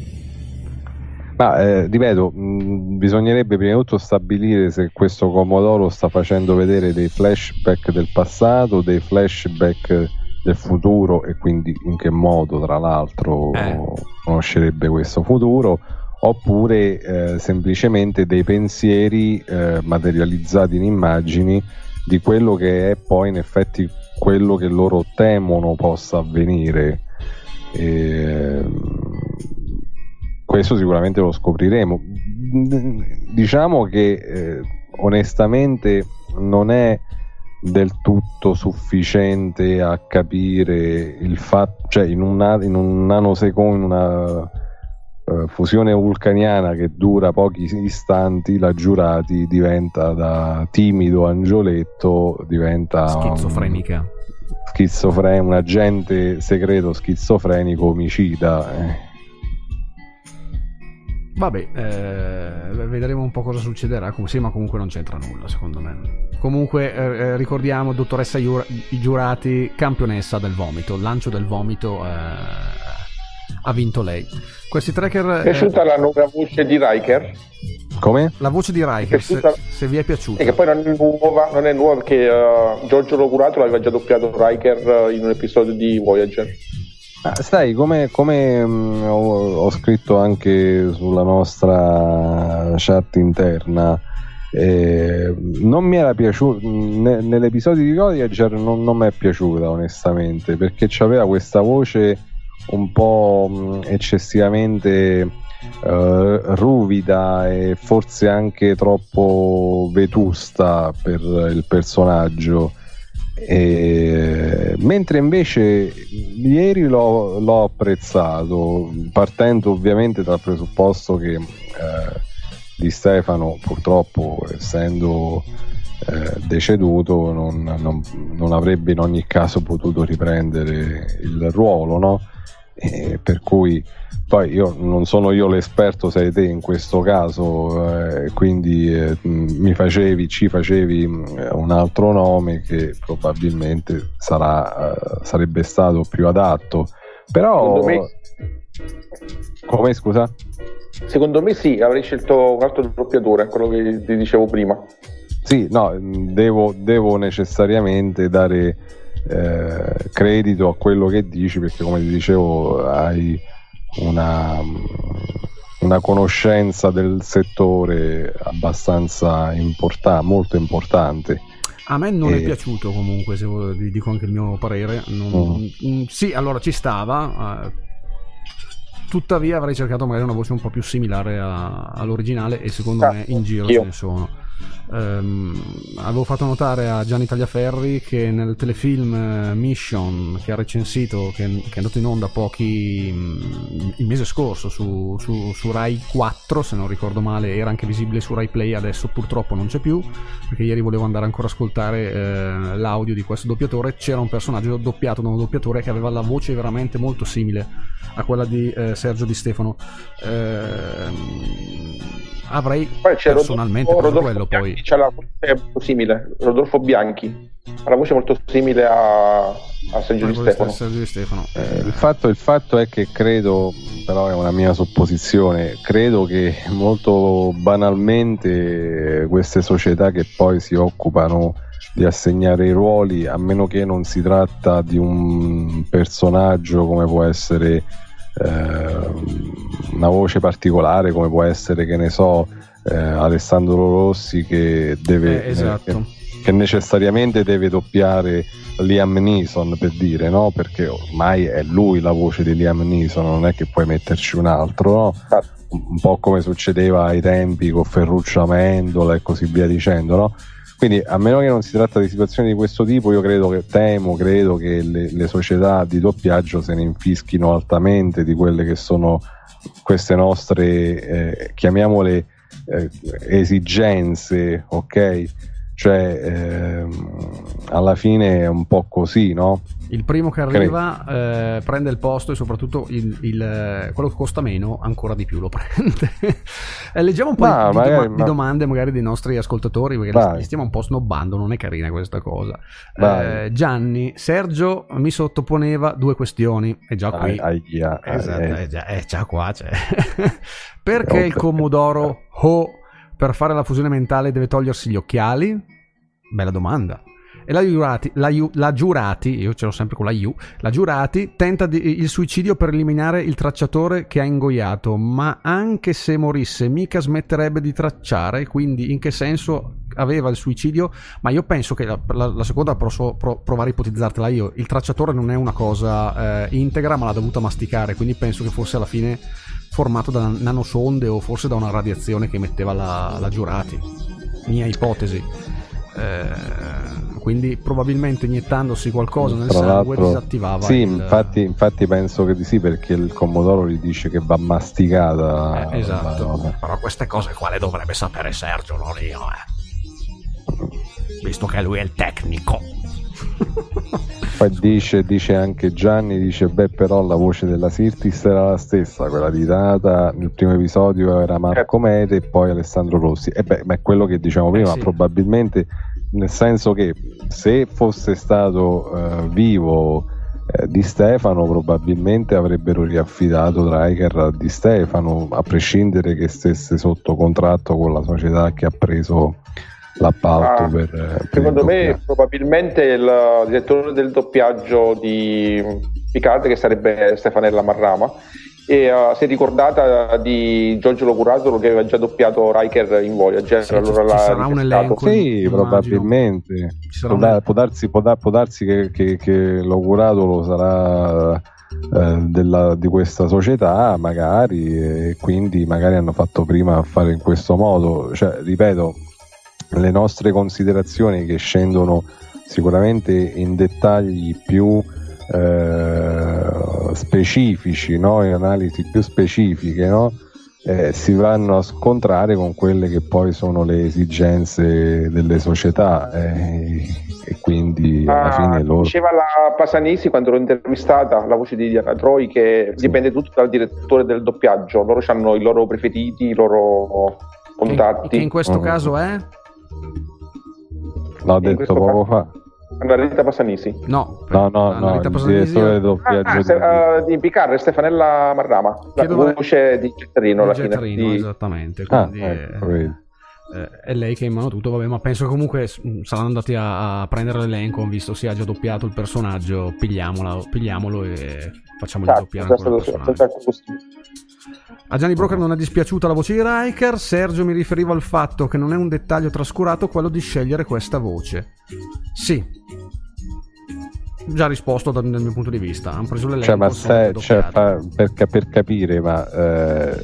Speaker 3: Ma eh, ripeto, mh, bisognerebbe prima di tutto stabilire se questo Commodoro sta facendo vedere dei flashback del passato, dei flashback del futuro, e quindi in che modo tra l'altro
Speaker 2: eh.
Speaker 3: conoscerebbe questo futuro, oppure eh, semplicemente dei pensieri eh, materializzati in immagini di quello che è poi in effetti quello che loro temono possa avvenire. E, questo sicuramente lo scopriremo. Diciamo che eh, onestamente non è del tutto sufficiente a capire il fatto, cioè in un, in un nanosecondo, in una uh, fusione vulcaniana che dura pochi istanti, la Giurati diventa da timido angioletto, diventa
Speaker 2: schizofrenica,
Speaker 3: un, schizofren- un agente segreto schizofrenico omicida. eh.
Speaker 2: Vabbè, eh, vedremo un po' cosa succederà. Com- sì, ma comunque non c'entra nulla, secondo me. Comunque, eh, ricordiamo, dottoressa Iura- Giurati, campionessa del vomito, lancio del vomito, eh, ha vinto lei. Questi tracker.
Speaker 4: È piaciuta eh, la nuova voce di Riker?
Speaker 3: Come?
Speaker 2: La voce di Riker, se, se vi è piaciuta.
Speaker 4: E che poi non è nuova, non è nuova perché uh, Giorgio Locurato l'aveva già doppiato Riker uh, in un episodio di Voyager.
Speaker 3: Ah, sai, come, come mh, ho, ho scritto anche sulla nostra chat interna, eh, non mi era piaciuto ne, nell'episodio di Voyager, non, non mi è piaciuta onestamente, perché c'aveva questa voce un po' mh, eccessivamente uh, ruvida e forse anche troppo vetusta per il personaggio. E, mentre invece ieri l'ho, l'ho apprezzato, partendo ovviamente dal presupposto che eh, Di Stefano, purtroppo essendo eh, deceduto, non, non, non avrebbe in ogni caso potuto riprendere il ruolo, no? E per cui poi io non sono io l'esperto, sei te in questo caso, eh, quindi eh, mi facevi, ci facevi un altro nome che probabilmente sarà, eh, sarebbe stato più adatto, però
Speaker 4: secondo me...
Speaker 3: come scusa?
Speaker 4: Secondo me sì, avrei scelto un altro doppiatore, quello che ti dicevo prima.
Speaker 3: Sì, no, devo, devo necessariamente dare Eh, credito a quello che dici, perché come ti dicevo hai una, una conoscenza del settore abbastanza importante, molto importante.
Speaker 2: A me non
Speaker 3: e...
Speaker 2: è piaciuto comunque, se vi dico anche il mio parere. Non, mm. Sì, allora ci stava, eh, tuttavia avrei cercato magari una voce un po' più similare a, all'originale, e secondo ah, me in giro
Speaker 4: io.
Speaker 2: ce ne sono. Um, avevo fatto notare a Gianni Tagliaferri che nel telefilm Mission, che ha recensito, che, che è andato in onda pochi il mese scorso su, su, su Rai quattro, se non ricordo male, era anche visibile su Rai Play, adesso purtroppo non c'è più, perché ieri volevo andare ancora a ascoltare eh, l'audio di questo doppiatore. C'era un personaggio doppiato da un doppiatore che aveva la voce veramente molto simile a quella di eh, Sergio Di Stefano. eh, avrei poi personalmente
Speaker 4: Rodolfo,
Speaker 2: preso
Speaker 4: Rodolfo
Speaker 2: quello.
Speaker 4: Bianchi,
Speaker 2: Poi
Speaker 4: c'è la voce molto simile, Rodolfo Bianchi ha la voce molto simile a, a Sergio Di Stefano,
Speaker 2: Sergio Di Stefano.
Speaker 3: Eh, il, fatto, il fatto è che credo, però è una mia supposizione, credo che molto banalmente queste società che poi si occupano di assegnare i ruoli, a meno che non si tratta di un personaggio come può essere eh, una voce particolare, come può essere, che ne so, eh, Alessandro Rossi, che deve
Speaker 2: eh, esatto.
Speaker 3: eh, che, che necessariamente deve doppiare Liam Neeson, per dire, no? Perché ormai è lui la voce di Liam Neeson, non è che puoi metterci un altro, no? Un po' come succedeva ai tempi con Ferruccio Amendola e così via dicendo, no? Quindi, a meno che non si tratta di situazioni di questo tipo, io credo che temo, credo che le, le società di doppiaggio se ne infischino altamente di quelle che sono queste nostre, eh, chiamiamole eh, esigenze, ok? Cioè, ehm, alla fine è un po' così, no?
Speaker 2: Il primo che arriva eh, prende il posto, e soprattutto il, il, quello che costa meno ancora di più lo prende. eh, leggiamo un po'
Speaker 3: ma,
Speaker 2: di,
Speaker 3: magari,
Speaker 2: di, ma... di domande magari dei nostri ascoltatori, perché
Speaker 3: Vai.
Speaker 2: li stiamo un po' snobbando, non è carina questa cosa. Eh, Gianni, Sergio mi sottoponeva due questioni, è già qui.
Speaker 3: Ai, ai, ai,
Speaker 2: esatto,
Speaker 3: ai.
Speaker 2: è già, è già qua, cioè. Perché il Commodoro Ho per fare la fusione mentale deve togliersi gli occhiali? Bella domanda. E la Giurati, la, Ju, la Giurati, io ce l'ho sempre con la Ju, la Giurati tenta di, il suicidio per eliminare il tracciatore che ha ingoiato, ma anche se morisse mica smetterebbe di tracciare, quindi in che senso aveva il suicidio? Ma io penso che la, la, la seconda posso pro, provare a ipotizzartela io, il tracciatore non è una cosa eh, integra ma l'ha dovuta masticare, quindi penso che fosse alla fine formato da nanosonde o forse da una radiazione che emetteva la, la Giurati, mia ipotesi. Eh, quindi probabilmente iniettandosi qualcosa nel
Speaker 3: Tra
Speaker 2: sangue
Speaker 3: l'altro,
Speaker 2: disattivava
Speaker 3: sì,
Speaker 2: il...
Speaker 3: infatti, infatti penso che di sì, perché il Commodoro gli dice che va masticata.
Speaker 2: Eh, esatto.
Speaker 3: la...
Speaker 2: Però queste cose qua le dovrebbe sapere Sergio, non io, eh. Visto che lui è il tecnico.
Speaker 3: Poi dice, dice anche Gianni, dice beh però la voce della Sirtis era la stessa, quella di Data nel primo episodio era Marco Mete e poi Alessandro Rossi, e beh, ma è quello che diciamo prima, eh sì. Probabilmente, nel senso che se fosse stato uh, vivo eh, Di Stefano probabilmente avrebbero riaffidato Riker a Di Stefano, a prescindere che stesse sotto contratto con la società che ha preso l'appalto ah, per, per
Speaker 4: secondo me probabilmente il direttore del doppiaggio di Picard, che sarebbe Stefanella Marrama, e uh, si è ricordata di Giorgio Locuratolo che aveva già doppiato Riker in Voyager.
Speaker 2: Sì,
Speaker 4: allora
Speaker 2: ci,
Speaker 4: la
Speaker 2: ci sarà un elenco,
Speaker 3: sì,
Speaker 2: immagino.
Speaker 3: Probabilmente può, da, può darsi, può, da, può darsi che, che, che Locuratolo sarà eh, della, di questa società magari, e quindi magari hanno fatto prima a fare in questo modo, cioè ripeto, le nostre considerazioni che scendono sicuramente in dettagli più eh, specifici, no? In analisi più specifiche, no? Eh, si vanno a scontrare con quelle che poi sono le esigenze delle società, eh, e quindi alla ah, fine loro...
Speaker 4: Diceva la Pasanisi quando l'ho intervistata, la voce di Diana Troi, che sì. Dipende tutto dal direttore del doppiaggio, loro hanno i loro preferiti, i loro contatti.
Speaker 2: Che in questo uh-huh. caso è?
Speaker 3: L'ho detto poco fa.
Speaker 4: Margherita Pasanisi?
Speaker 2: No,
Speaker 3: no, no, no, il direttore del doppiaggio
Speaker 4: ah, ah, se, uh, di Picard, Stefanella Marrama, la
Speaker 2: dovre...
Speaker 4: voce di Getterino,
Speaker 2: di
Speaker 4: alla
Speaker 2: Getterino,
Speaker 4: fine.
Speaker 2: esattamente. Quindi
Speaker 3: ah, ecco,
Speaker 2: è, è lei che è in mano tutto, vabbè, ma penso che comunque saranno andati a, a prendere l'elenco, visto si è già doppiato il personaggio, pigliamolo e facciamo il doppiare ancora il personaggio. A Gianni Broker non è dispiaciuta la voce di Riker. Sergio mi riferiva al fatto che non è un dettaglio trascurato quello di scegliere questa voce. Sì, già risposto dal, dal mio punto di vista. Hanno preso l'elenco,
Speaker 3: cioè, ma se, cioè, fa, per, per capire, ma eh,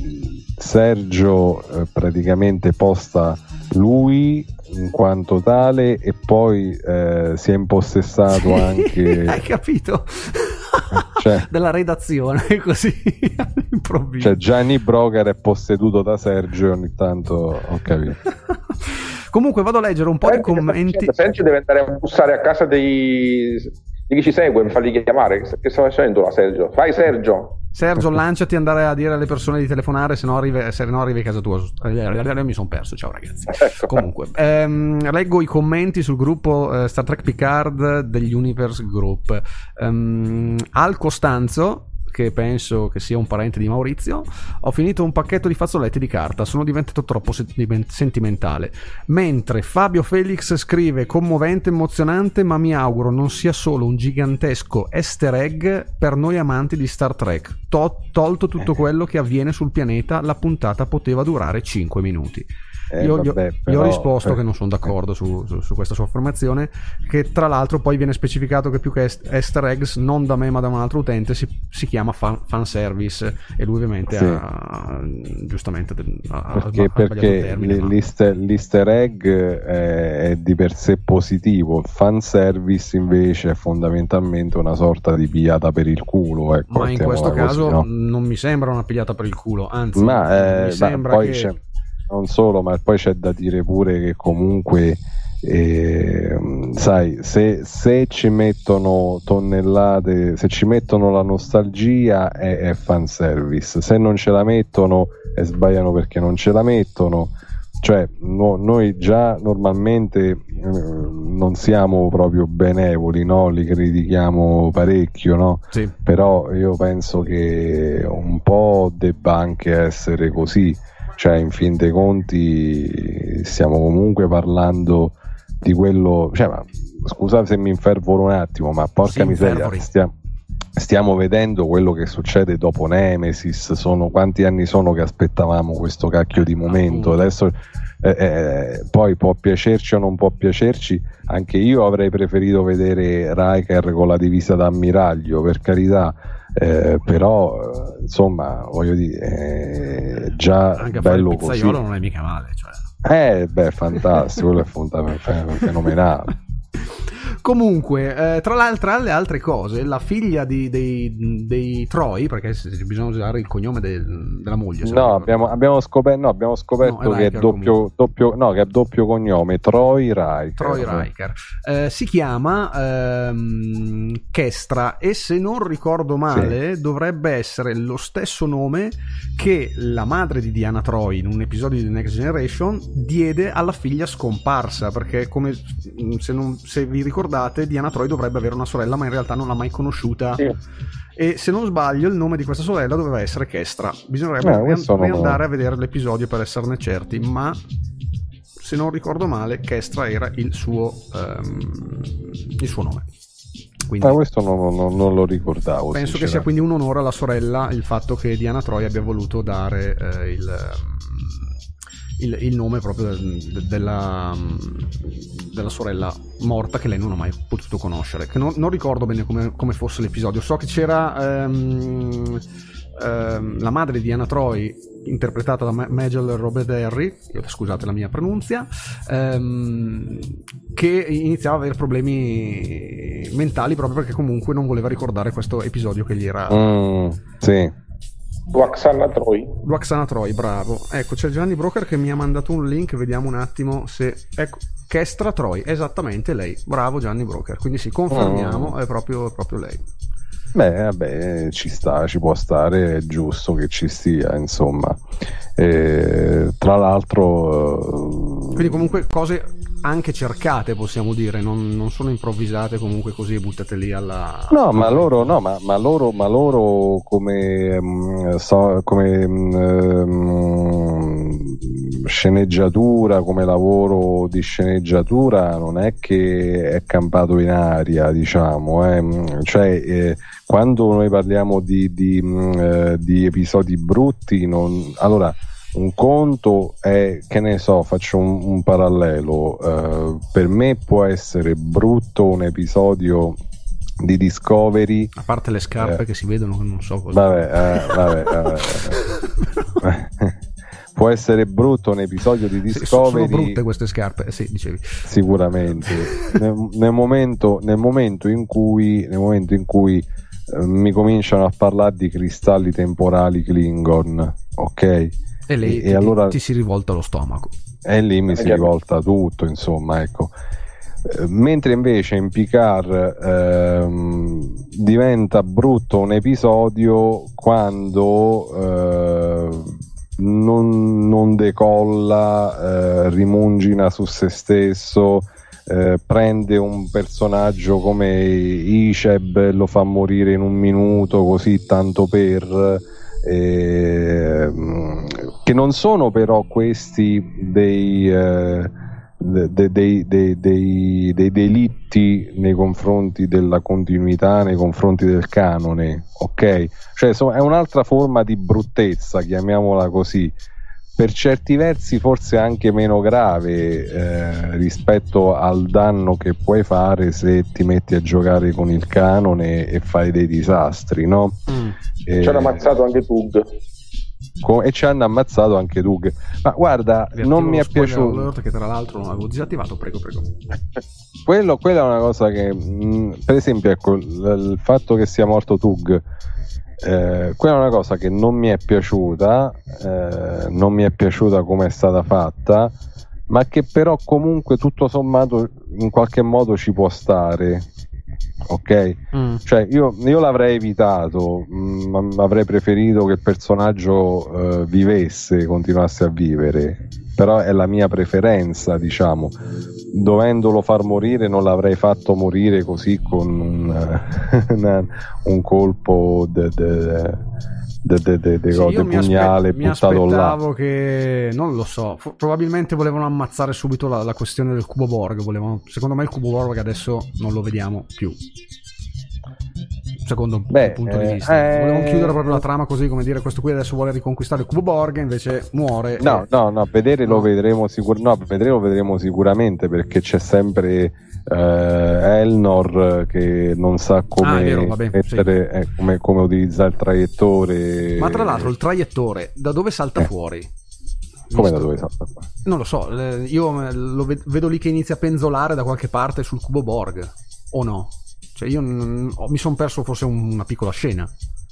Speaker 3: Sergio eh, praticamente posta lui in quanto tale e poi eh, si è impossessato sì,
Speaker 2: anche hai capito? Cioè, della redazione così improvviso.
Speaker 3: Cioè Gianni Broker è posseduto da Sergio e ogni tanto ho capito.
Speaker 2: Comunque vado a leggere un po' Sergio di commenti.
Speaker 4: Sergio deve andare a bussare a casa dei, di chi ci segue, fargli chiamare. Che sta facendo là Sergio? Vai Sergio!
Speaker 2: Sergio, lanciati, andare a dire alle persone di telefonare, se no arrivi, se no arrivi a casa tua. Mi sono perso, ciao ragazzi. Ecco. Comunque, ehm, leggo i commenti sul gruppo eh, Star Trek Picard degli Universe Group. Um, Al Costanzo, che penso che sia un parente di Maurizio: ho finito un pacchetto di fazzoletti di carta, sono diventato troppo sentimentale. Mentre Fabio Felix scrive: commovente, emozionante, ma mi auguro non sia solo un gigantesco easter egg per noi amanti di Star Trek. To- tolto tutto quello che avviene sul pianeta, la puntata poteva durare cinque minuti.
Speaker 3: Eh,
Speaker 2: io,
Speaker 3: vabbè,
Speaker 2: io,
Speaker 3: però,
Speaker 2: io ho risposto
Speaker 3: per...
Speaker 2: che non sono d'accordo su, su, su questa sua affermazione, che tra l'altro poi viene specificato che più che easter eggs, non da me ma da un altro utente, si, si chiama fan, fan service, e lui ovviamente sì. ha giustamente ha,
Speaker 3: perché,
Speaker 2: ha
Speaker 3: perché
Speaker 2: termine,
Speaker 3: l'easter, ma... l'easter egg è, è di per sé positivo, il fan service invece è fondamentalmente una sorta di pigliata per il culo, ecco,
Speaker 2: ma in questo caso
Speaker 3: così, no?
Speaker 2: Non mi sembra una pigliata per il culo, anzi
Speaker 3: ma, eh,
Speaker 2: mi sembra
Speaker 3: poi
Speaker 2: che
Speaker 3: c'è non solo, ma poi c'è da dire pure che comunque eh, sai, se, se ci mettono tonnellate, se ci mettono la nostalgia è, è fanservice, se non ce la mettono e sbagliano perché non ce la mettono. Cioè no, noi già normalmente eh, non siamo proprio benevoli, no? Li critichiamo parecchio, no?
Speaker 2: Sì.
Speaker 3: Però io penso che un po' debba anche essere così. Cioè, in fin dei conti stiamo comunque parlando di quello, cioè, ma scusate se mi infervoro un attimo, ma porca
Speaker 2: sì,
Speaker 3: miseria, stiamo, stiamo vedendo quello che succede dopo Nemesis. Sono quanti anni sono che aspettavamo questo cacchio di momento, adesso eh, eh, poi può piacerci o non può piacerci, anche io avrei preferito vedere Riker con la divisa d'ammiraglio, per carità. Eh, però eh, insomma voglio dire eh, già
Speaker 2: anche
Speaker 3: bello
Speaker 2: fare il pizzaiolo
Speaker 3: così
Speaker 2: non è mica male, cioè.
Speaker 3: eh beh fantastico, quello è fondamentale, fenomenale.
Speaker 2: Comunque, eh, tra, l'altra, le altre cose, la figlia di, dei, dei Troi, perché bisogna usare il cognome del, della moglie.
Speaker 3: No, abbiamo, abbiamo scoperto, no, abbiamo scoperto no, che, è doppio, doppio, no, che è doppio cognome, Troi Riker.
Speaker 2: Troi Riker. Eh, si chiama ehm, Kestra e se non ricordo male sì. dovrebbe essere lo stesso nome che la madre di Diana Troi in un episodio di The Next Generation diede alla figlia scomparsa, perché come se, non, se vi ricordate Diana Troi dovrebbe avere una sorella ma in realtà non l'ha mai conosciuta sì. e se non sbaglio il nome di questa sorella doveva essere Kestra. Bisognerebbe eh, andare a vedere l'episodio per esserne certi, ma se non ricordo male Kestra era il suo um, il suo nome. Quindi,
Speaker 3: ah, questo non, non, non lo ricordavo.
Speaker 2: Penso che sia quindi un onore alla sorella il fatto che Diana Troi abbia voluto dare eh, il Il, il nome proprio de, della, della sorella morta che lei non ha mai potuto conoscere, che non, non ricordo bene come, come fosse l'episodio. So che c'era ehm, ehm, la madre di Diana Troi interpretata da Majel Roddenberry, scusate la mia pronunzia, ehm, che iniziava a avere problemi mentali proprio perché comunque non voleva ricordare questo episodio che gli era
Speaker 3: mm, sì.
Speaker 4: Lwaxana Troi.
Speaker 2: Lwaxana Troi, bravo. Ecco, c'è Gianni Broker che mi ha mandato un link, vediamo un attimo se... Ecco, Kestra Troi, esattamente lei. Bravo Gianni Broker, quindi sì, confermiamo, oh. è, proprio, è proprio lei.
Speaker 3: Beh, vabbè, ci sta, ci può stare, è giusto che ci stia, insomma. E, tra l'altro...
Speaker 2: Quindi comunque cose anche cercate, possiamo dire, non, non sono improvvisate comunque così e buttate lì alla...
Speaker 3: No, ma loro, no, ma, ma loro, ma loro come, um, so, come um, sceneggiatura, come lavoro di sceneggiatura non è che è campato in aria, diciamo, eh. Cioè eh, quando noi parliamo di, di, uh, di episodi brutti, non... allora un conto è, che ne so, faccio un, un parallelo, uh, per me può essere brutto un episodio di Discovery,
Speaker 2: a parte le scarpe eh, che si vedono, non so cosa.
Speaker 3: Vabbè, eh, vabbè, vabbè, vabbè. Può essere brutto un episodio di Discovery.
Speaker 2: Sono brutte queste scarpe, sì, dicevi.
Speaker 3: Sicuramente. nel, nel, momento, nel momento in cui, nel momento in cui eh, mi cominciano a parlare di cristalli temporali Klingon, ok?
Speaker 2: E lei
Speaker 3: e,
Speaker 2: ti,
Speaker 3: e allora,
Speaker 2: ti si rivolta lo stomaco.
Speaker 3: E lì mi si rivolta tutto, insomma, ecco. Eh, mentre invece in Picard ehm, diventa brutto un episodio quando eh, non, non decolla, eh, rimungina su se stesso, eh, prende un personaggio come Iceb, lo fa morire in un minuto così tanto per... Eh, che non sono però questi dei, eh, de, de, de, dei, dei delitti nei confronti della continuità, nei confronti del canone, ok? Cioè insomma, è un'altra forma di bruttezza, chiamiamola così, per certi versi forse anche meno grave eh, rispetto al danno che puoi fare se ti metti a giocare con il canone e fai dei disastri, no?
Speaker 4: Mm. Eh, ci hanno ammazzato anche Tug.
Speaker 3: Com- e ci hanno ammazzato anche Tug. Ma guarda, non mi è piaciuto,
Speaker 2: che tra l'altro non avevo disattivato, prego prego.
Speaker 3: quello, quella è una cosa che mh, per esempio, ecco, l- il fatto che sia morto Tug, Eh, quella è una cosa che non mi è piaciuta, eh, non mi è piaciuta come è stata fatta, ma che però comunque tutto sommato in qualche modo ci può stare, ok? Mm. Cioè io, io l'avrei evitato, mh, avrei preferito che il personaggio eh, vivesse, continuasse a vivere, però è la mia preferenza, diciamo. Dovendolo far morire non l'avrei fatto morire così con un, un colpo del de, de, de, de,
Speaker 2: sì,
Speaker 3: de pugnale
Speaker 2: mi
Speaker 3: buttato là.
Speaker 2: Mi aspettavo che, non lo so, f- probabilmente volevano ammazzare subito la, la questione del cubo Borg. Volevano, secondo me il cubo Borg adesso non lo vediamo più. Secondo
Speaker 3: Beh,
Speaker 2: il punto
Speaker 3: eh,
Speaker 2: di vista,
Speaker 3: eh,
Speaker 2: volevano chiudere proprio la trama così, come dire, questo qui adesso vuole riconquistare il cubo Borg, invece muore.
Speaker 3: No,
Speaker 2: e...
Speaker 3: no, no, vedere
Speaker 2: no.
Speaker 3: lo vedremo sicur- no, vedere lo vedremo sicuramente, perché c'è sempre eh, Elnor che non sa come
Speaker 2: Ah, è vero, vabbè,
Speaker 3: mettere,
Speaker 2: sì.
Speaker 3: eh, come, come utilizzare il traiettore.
Speaker 2: Ma tra l'altro il traiettore da dove salta
Speaker 3: Eh.
Speaker 2: fuori?
Speaker 3: Come
Speaker 2: Visto-
Speaker 3: da dove salta?
Speaker 2: Non lo so, eh, io lo ved- vedo lì che inizia a penzolare da qualche parte sul cubo Borg, o no? Cioè io non- ho- mi sono perso forse un- una piccola scena.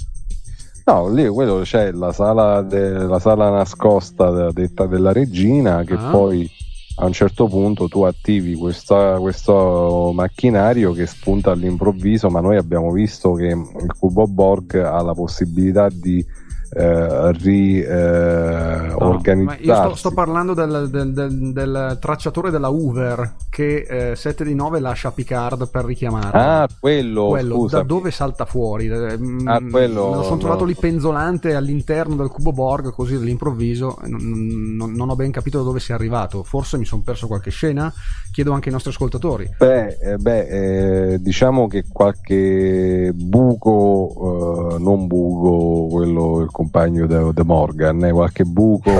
Speaker 3: No, lì quello c'è la sala, de- la sala nascosta de- detta della regina, che
Speaker 2: Ah.
Speaker 3: poi a un certo punto tu attivi questa- questo macchinario che spunta all'improvviso, ma noi abbiamo visto che il cubo Borg ha la possibilità di eh, riorganizzarsi.
Speaker 2: No, ma io sto, sto parlando del, del- del- del tracciatore della Hoover che eh, sette di nove lascia a Picard per richiamarlo.
Speaker 3: Ah, quello,
Speaker 2: quello
Speaker 3: scusa.
Speaker 2: da dove salta fuori? Eh, mm,
Speaker 3: Ah, quello,
Speaker 2: me lo sono trovato
Speaker 3: no.
Speaker 2: lì penzolante all'interno del cubo Borg, così all'improvviso. Non, non- non ho ben capito da dove sia arrivato. Forse mi sono perso qualche scena. Chiedo anche ai nostri ascoltatori.
Speaker 3: Beh, eh, beh, eh, diciamo che qualche buco, eh, non buco, quello il compagno di Morgan, eh, qualche buco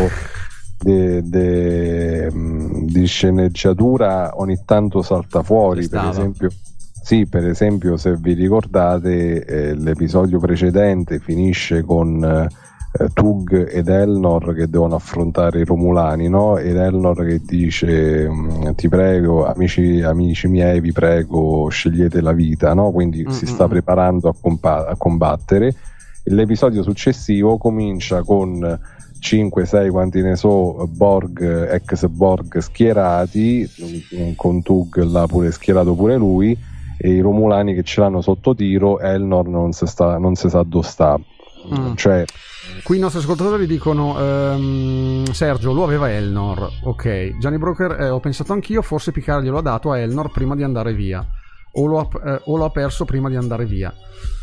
Speaker 3: de, de, mh, di sceneggiatura ogni tanto salta fuori. Per esempio, sì, per esempio, se vi ricordate, eh, l'episodio precedente finisce con eh, Tug ed Elnor che devono affrontare i Romulani, no? Ed Elnor che dice mh, ti prego, amici, amici miei, vi prego, scegliete la vita, no? Quindi
Speaker 2: Mm-mm.
Speaker 3: si sta preparando a, compa- a combattere. L'episodio successivo comincia con cinque sei quanti ne so Borg, ex Borg schierati, con Tug là pure schierato pure lui, e i Romulani che ce l'hanno sotto tiro. Elnor non si sta, non si sa dove sta.
Speaker 2: Mm.
Speaker 3: Cioè,
Speaker 2: Qui i nostri ascoltatori dicono ehm, Sergio lo aveva Elnor, ok. Gianni Broker, eh, ho pensato anch'io, forse Picard glielo ha dato a Elnor prima di andare via, o lo ha, eh, o lo ha perso prima di andare via.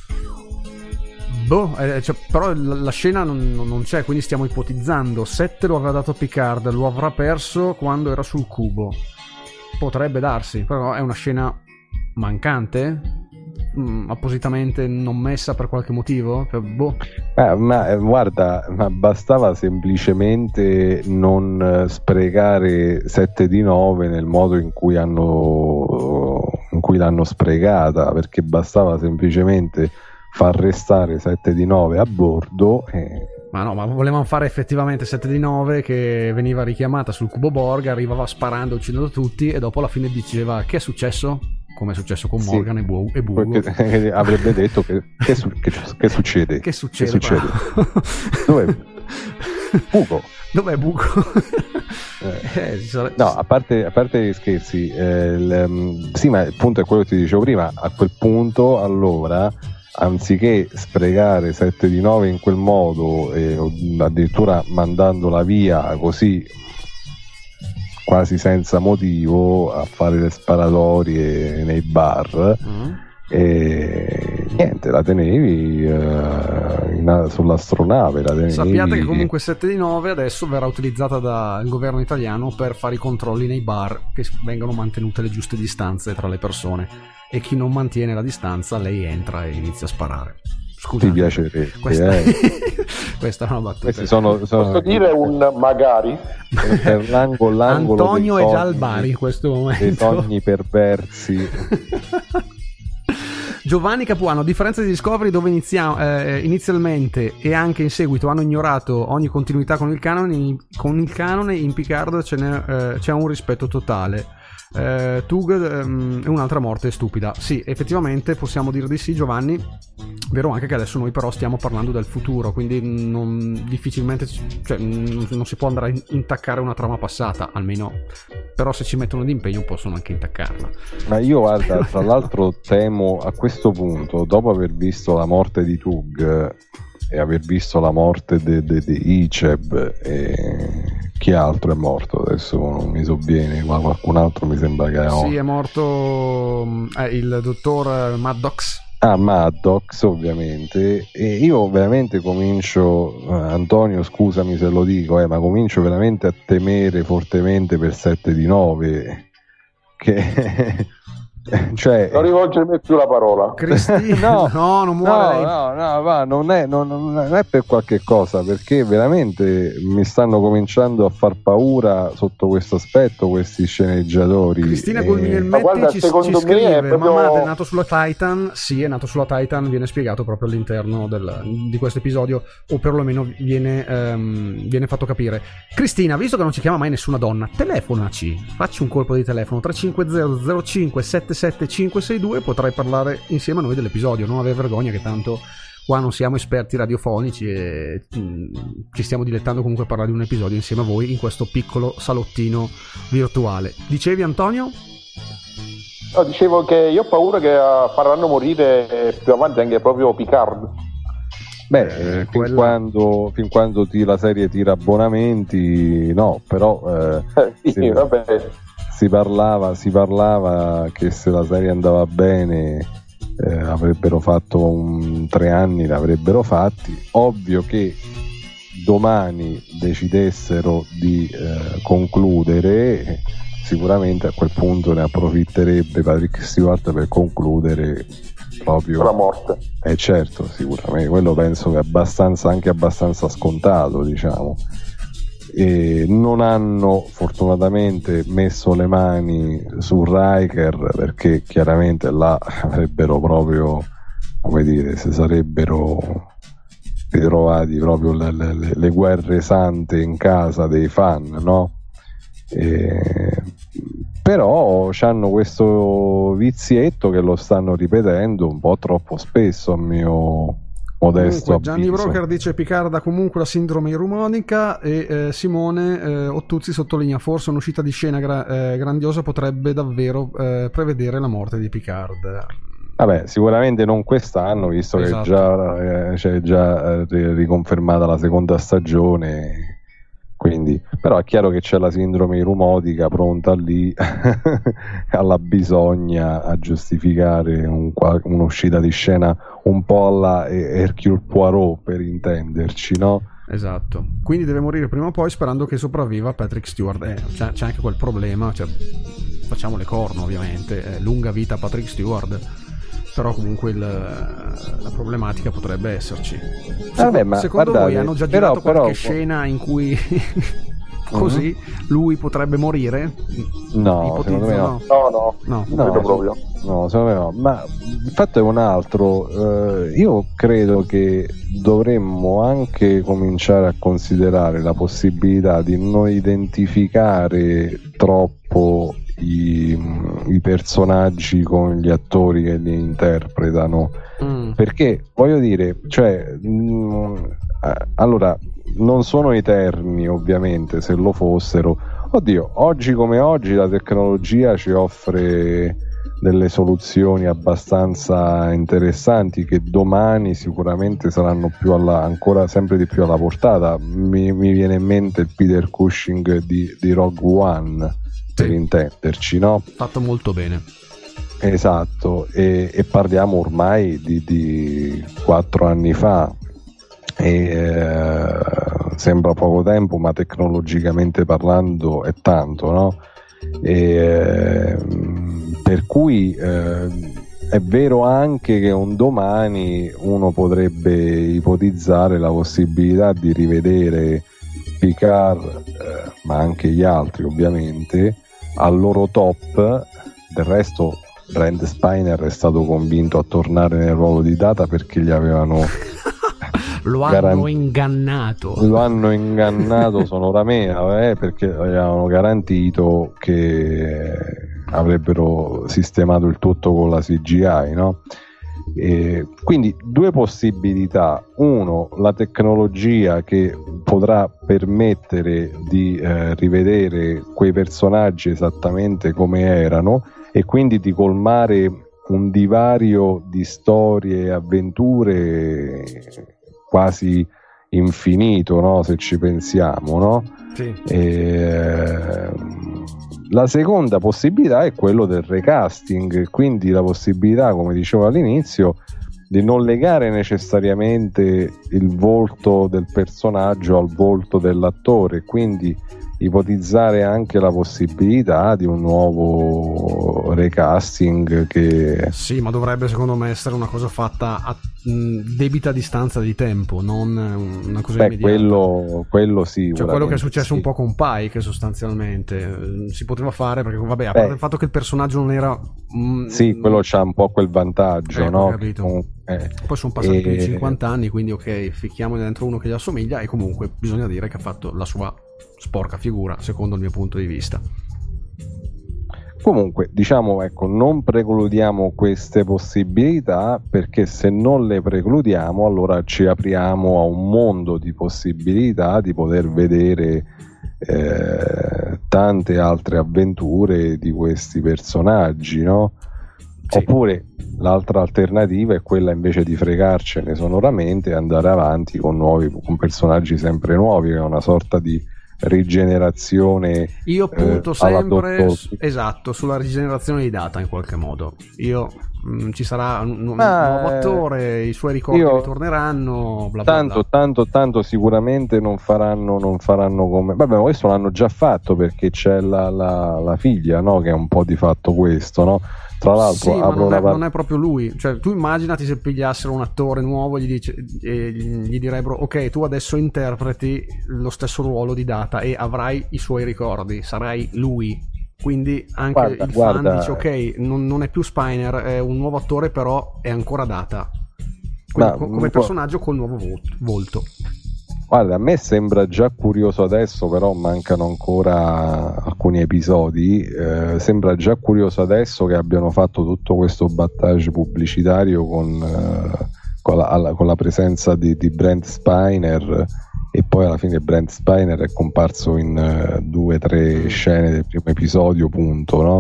Speaker 2: Boh, eh, cioè, però la, la scena non, non c'è, quindi stiamo ipotizzando. Sette lo aveva dato a Picard, lo avrà perso quando era sul cubo. Potrebbe darsi, però è una scena mancante, mm, appositamente non messa per qualche motivo. Cioè, boh.
Speaker 3: eh, ma eh, guarda, ma bastava semplicemente non eh, sprecare sette di nove nel modo in cui hanno in cui l'hanno sprecata, perché bastava semplicemente far restare sette di nove a bordo e...
Speaker 2: Ma no, ma volevamo fare effettivamente sette di nove che veniva richiamata sul cubo Borg, arrivava sparando, uccidendo tutti, e dopo alla fine diceva che è successo? Come è successo con Morgan
Speaker 3: Sì.
Speaker 2: e, Bu- e Bugo.
Speaker 3: Perché avrebbe detto che, che, su- che, che succede?
Speaker 2: Che succede?
Speaker 3: Che succede?
Speaker 2: qua?
Speaker 3: Dov'è Bugo?
Speaker 2: Dov'è Bugo?
Speaker 3: Eh.
Speaker 2: Eh, ci sare-
Speaker 3: No, a parte, a parte gli scherzi, eh, il, um, sì, ma il punto è quello che ti dicevo prima. A quel punto, allora, anziché sprecare sette di nove in quel modo, e addirittura mandandola via così quasi senza motivo a fare le sparatorie nei bar,
Speaker 2: Mm.
Speaker 3: e niente, la tenevi eh, in- sull'astronave, la tenevi.
Speaker 2: Sappiate che comunque sette di nove adesso verrà utilizzata dal governo italiano per fare i controlli nei bar, che vengano mantenute le giuste distanze tra le persone, e chi non mantiene la distanza lei entra e inizia a sparare. Scusa,
Speaker 3: Ti piacerebbe,
Speaker 2: questa...
Speaker 3: eh.
Speaker 2: questa è una battuta.
Speaker 3: Questi sono, sono
Speaker 4: Posso dire un magari?
Speaker 3: per l'angolo, l'angolo
Speaker 2: Antonio
Speaker 3: dei
Speaker 2: è già
Speaker 3: sogni-
Speaker 2: al bar in questo
Speaker 3: dei
Speaker 2: momento.
Speaker 3: sogni perversi.
Speaker 2: Giovanni Capuano, a differenza di Discovery, dove inizia, eh, inizialmente e anche in seguito hanno ignorato ogni continuità con il canone, in, con il canone in Picard ce n'è, eh, c'è un rispetto totale. Eh, Tug ehm, è un'altra morte stupida. Sì, effettivamente possiamo dire di sì, Giovanni. Vero anche che adesso noi però stiamo parlando del futuro, quindi non, difficilmente, cioè, non, non si può andare a intaccare una trama passata, almeno. Però se ci mettono d'impegno possono anche intaccarla.
Speaker 3: Ma io, guarda, tra l'altro temo a questo punto, dopo aver visto la morte di Tug e aver visto la morte di de, de Iceb, e chi altro è morto adesso non mi sovviene, ma qualcun altro mi sembra che è
Speaker 2: Sì, è morto eh, il dottor Maddox.
Speaker 3: Ah, Maddox ovviamente, e io veramente comincio, eh, Antonio scusami se lo dico, eh, ma comincio veramente a temere fortemente per sette di nove, che cioè
Speaker 4: non rivolgermi più la parola.
Speaker 2: Cristina, no, no, non muore
Speaker 3: no,
Speaker 2: lei.
Speaker 3: no, no, va, non è, non, non è per qualche cosa, perché veramente mi stanno cominciando a far paura sotto questo aspetto questi sceneggiatori.
Speaker 2: Cristina
Speaker 3: e...
Speaker 2: Guglielmetti
Speaker 4: guarda,
Speaker 2: ci,
Speaker 4: secondo
Speaker 2: ci
Speaker 4: me
Speaker 2: scrive:
Speaker 4: è proprio...
Speaker 2: Mamma è nato sulla Titan. Sì, è nato sulla Titan, viene spiegato proprio all'interno del, di questo episodio, o perlomeno viene, um, viene fatto capire. Cristina, visto che non ci chiama mai nessuna donna, telefonaci, facci un colpo di telefono tre cinque zero zero cinque sette sette cinque sei due, potrai parlare insieme a noi dell'episodio, non avere vergogna che tanto qua non siamo esperti radiofonici e mh, ci stiamo dilettando comunque a parlare di un episodio insieme a voi in questo piccolo salottino virtuale. Dicevi, Antonio?
Speaker 4: No, dicevo che io ho paura che uh, faranno morire più avanti anche proprio Picard.
Speaker 3: Beh, eh, fin,
Speaker 2: quella...
Speaker 3: quando, fin quando ti, la serie tira abbonamenti, no, però eh,
Speaker 4: sì,
Speaker 3: si,
Speaker 4: vabbè.
Speaker 3: si parlava si parlava che se la serie andava bene eh, avrebbero fatto un, tre anni, l'avrebbero fatti. Ovvio che domani decidessero di eh, concludere, sicuramente a quel punto ne approfitterebbe Patrick Stewart per concludere proprio
Speaker 4: la morte.
Speaker 3: Eh certo, sicuramente, quello penso che è abbastanza, anche abbastanza scontato, diciamo. E non hanno fortunatamente messo le mani su Riker, perché chiaramente là avrebbero proprio, come dire, si sarebbero ritrovati proprio le, le, le guerre sante in casa dei fan, no? E, però hanno questo vizietto che lo stanno ripetendo un po' troppo spesso, a mio modesto
Speaker 2: comunque, Gianni
Speaker 3: avviso.
Speaker 2: Broker dice Picard ha comunque la sindrome irumonica e eh, Simone eh, Ottuzzi sottolinea forse un'uscita di scena gra- eh, grandiosa potrebbe davvero eh, prevedere la morte di Picard.
Speaker 3: Vabbè, sicuramente non quest'anno, visto
Speaker 2: Esatto.
Speaker 3: che già, eh, c'è già eh, riconfermata la seconda stagione. Quindi, però è chiaro che c'è la sindrome irumotica pronta lì alla bisogna a giustificare un, un'uscita di scena un po' alla Hercule Poirot, per intenderci, no?
Speaker 2: Esatto, quindi deve morire prima o poi, sperando che sopravviva Patrick Stewart. Eh, c'è, c'è anche quel problema, cioè, facciamo le corna ovviamente, eh, lunga vita a Patrick Stewart, però comunque il, la problematica potrebbe esserci. Secondo,
Speaker 3: Vabbè, ma
Speaker 2: secondo
Speaker 3: guardate,
Speaker 2: voi hanno già
Speaker 3: però,
Speaker 2: girato qualche
Speaker 3: però,
Speaker 2: scena in cui così lui potrebbe morire?
Speaker 3: No, secondo me no.
Speaker 4: No, no,
Speaker 2: no,
Speaker 4: non credo
Speaker 3: no,
Speaker 4: proprio.
Speaker 3: No, secondo me no. Ma il fatto è un altro. Eh, io credo che dovremmo anche cominciare a considerare la possibilità di non identificare troppo i, i personaggi con gli attori che li interpretano, mm. perché voglio dire, cioè mh, allora non sono eterni, ovviamente. Se lo fossero, oddio, oggi come oggi la tecnologia ci offre delle soluzioni abbastanza interessanti che domani sicuramente saranno più alla, ancora sempre di più alla portata. Mi, mi viene in mente il Peter Cushing di, di Rogue One, per intenderci, no?
Speaker 2: Fatto molto bene.
Speaker 3: Esatto, e, e parliamo ormai di, di quattro anni fa, e eh, sembra poco tempo, ma tecnologicamente parlando è tanto, no? E, eh, per cui eh, è vero anche che un domani uno potrebbe ipotizzare la possibilità di rivedere Picard, eh, ma anche gli altri ovviamente, al loro top. Del resto Brent Spiner è stato convinto a tornare nel ruolo di Data perché gli avevano
Speaker 2: lo hanno garan- ingannato
Speaker 3: lo hanno ingannato sonoramente, eh, perché avevano garantito che avrebbero sistemato il tutto con la C G I, no? E quindi due possibilità: uno, la tecnologia che potrà permettere di eh, rivedere quei personaggi esattamente come erano e quindi di colmare un divario di storie e avventure quasi infinito, no? Se ci pensiamo, no?
Speaker 2: Sì.
Speaker 3: E, la seconda possibilità è quello del recasting, quindi la possibilità, come dicevo all'inizio, di non legare necessariamente il volto del personaggio al volto dell'attore, quindi ipotizzare anche la possibilità di un nuovo recasting che...
Speaker 2: Sì, ma dovrebbe secondo me essere una cosa fatta a mh, debita distanza di tempo, non una cosa
Speaker 3: Beh,
Speaker 2: immediata.
Speaker 3: quello, quello sì,
Speaker 2: cioè quello che è successo
Speaker 3: sì.
Speaker 2: un po' con Pike sostanzialmente eh, si poteva fare, perché vabbè, a parte
Speaker 3: Beh,
Speaker 2: il fatto che il personaggio non era mh,
Speaker 3: sì, quello c'ha un po' quel vantaggio,
Speaker 2: ecco,
Speaker 3: no?
Speaker 2: capito.
Speaker 3: Con, eh,
Speaker 2: Poi sono passati
Speaker 3: e...
Speaker 2: più di cinquanta anni, quindi ok, ficchiamo dentro uno che gli assomiglia, e comunque bisogna dire che ha fatto la sua sporca figura secondo il mio punto di vista.
Speaker 3: Comunque, diciamo, ecco, non precludiamo queste possibilità, perché se non le precludiamo allora ci apriamo a un mondo di possibilità di poter vedere eh, tante altre avventure di questi personaggi, no? Sì. Oppure l'altra alternativa è quella invece di fregarcene sonoramente e andare avanti con nuovi, con personaggi sempre nuovi, che è una sorta di rigenerazione.
Speaker 2: Io punto
Speaker 3: eh,
Speaker 2: sempre su, esatto sulla rigenerazione di Data in qualche modo. Io mh, ci sarà un, un
Speaker 3: ah,
Speaker 2: nuovo attore, i suoi ricordi
Speaker 3: io,
Speaker 2: ritorneranno, bla bla
Speaker 3: tanto
Speaker 2: bla.
Speaker 3: tanto tanto sicuramente non faranno non faranno come vabbè, ma questo l'hanno già fatto, perché c'è la, la, la figlia, no, che è un po' di fatto questo, no? Tra l'altro,
Speaker 2: sì, ma non è,
Speaker 3: par-
Speaker 2: non è proprio lui. Cioè, tu immaginati se pigliassero un attore nuovo, gli, dice, e gli direbbero: ok, tu adesso interpreti lo stesso ruolo di Data e avrai i suoi ricordi, sarai lui. Quindi anche
Speaker 3: guarda,
Speaker 2: il
Speaker 3: guarda,
Speaker 2: fan dice: ok, non, non è più Spiner, è un nuovo attore, però è ancora Data. Quindi,
Speaker 3: ma,
Speaker 2: co- come personaggio col nuovo vo- volto.
Speaker 3: Guarda, a me sembra già curioso adesso, però mancano ancora alcuni episodi. Eh, sembra già curioso adesso che abbiano fatto tutto questo battage pubblicitario con, eh, con, la, alla, con la presenza di, di Brent Spiner, e poi alla fine Brent Spiner è comparso in uh, due o tre mm. scene del primo episodio, punto, no?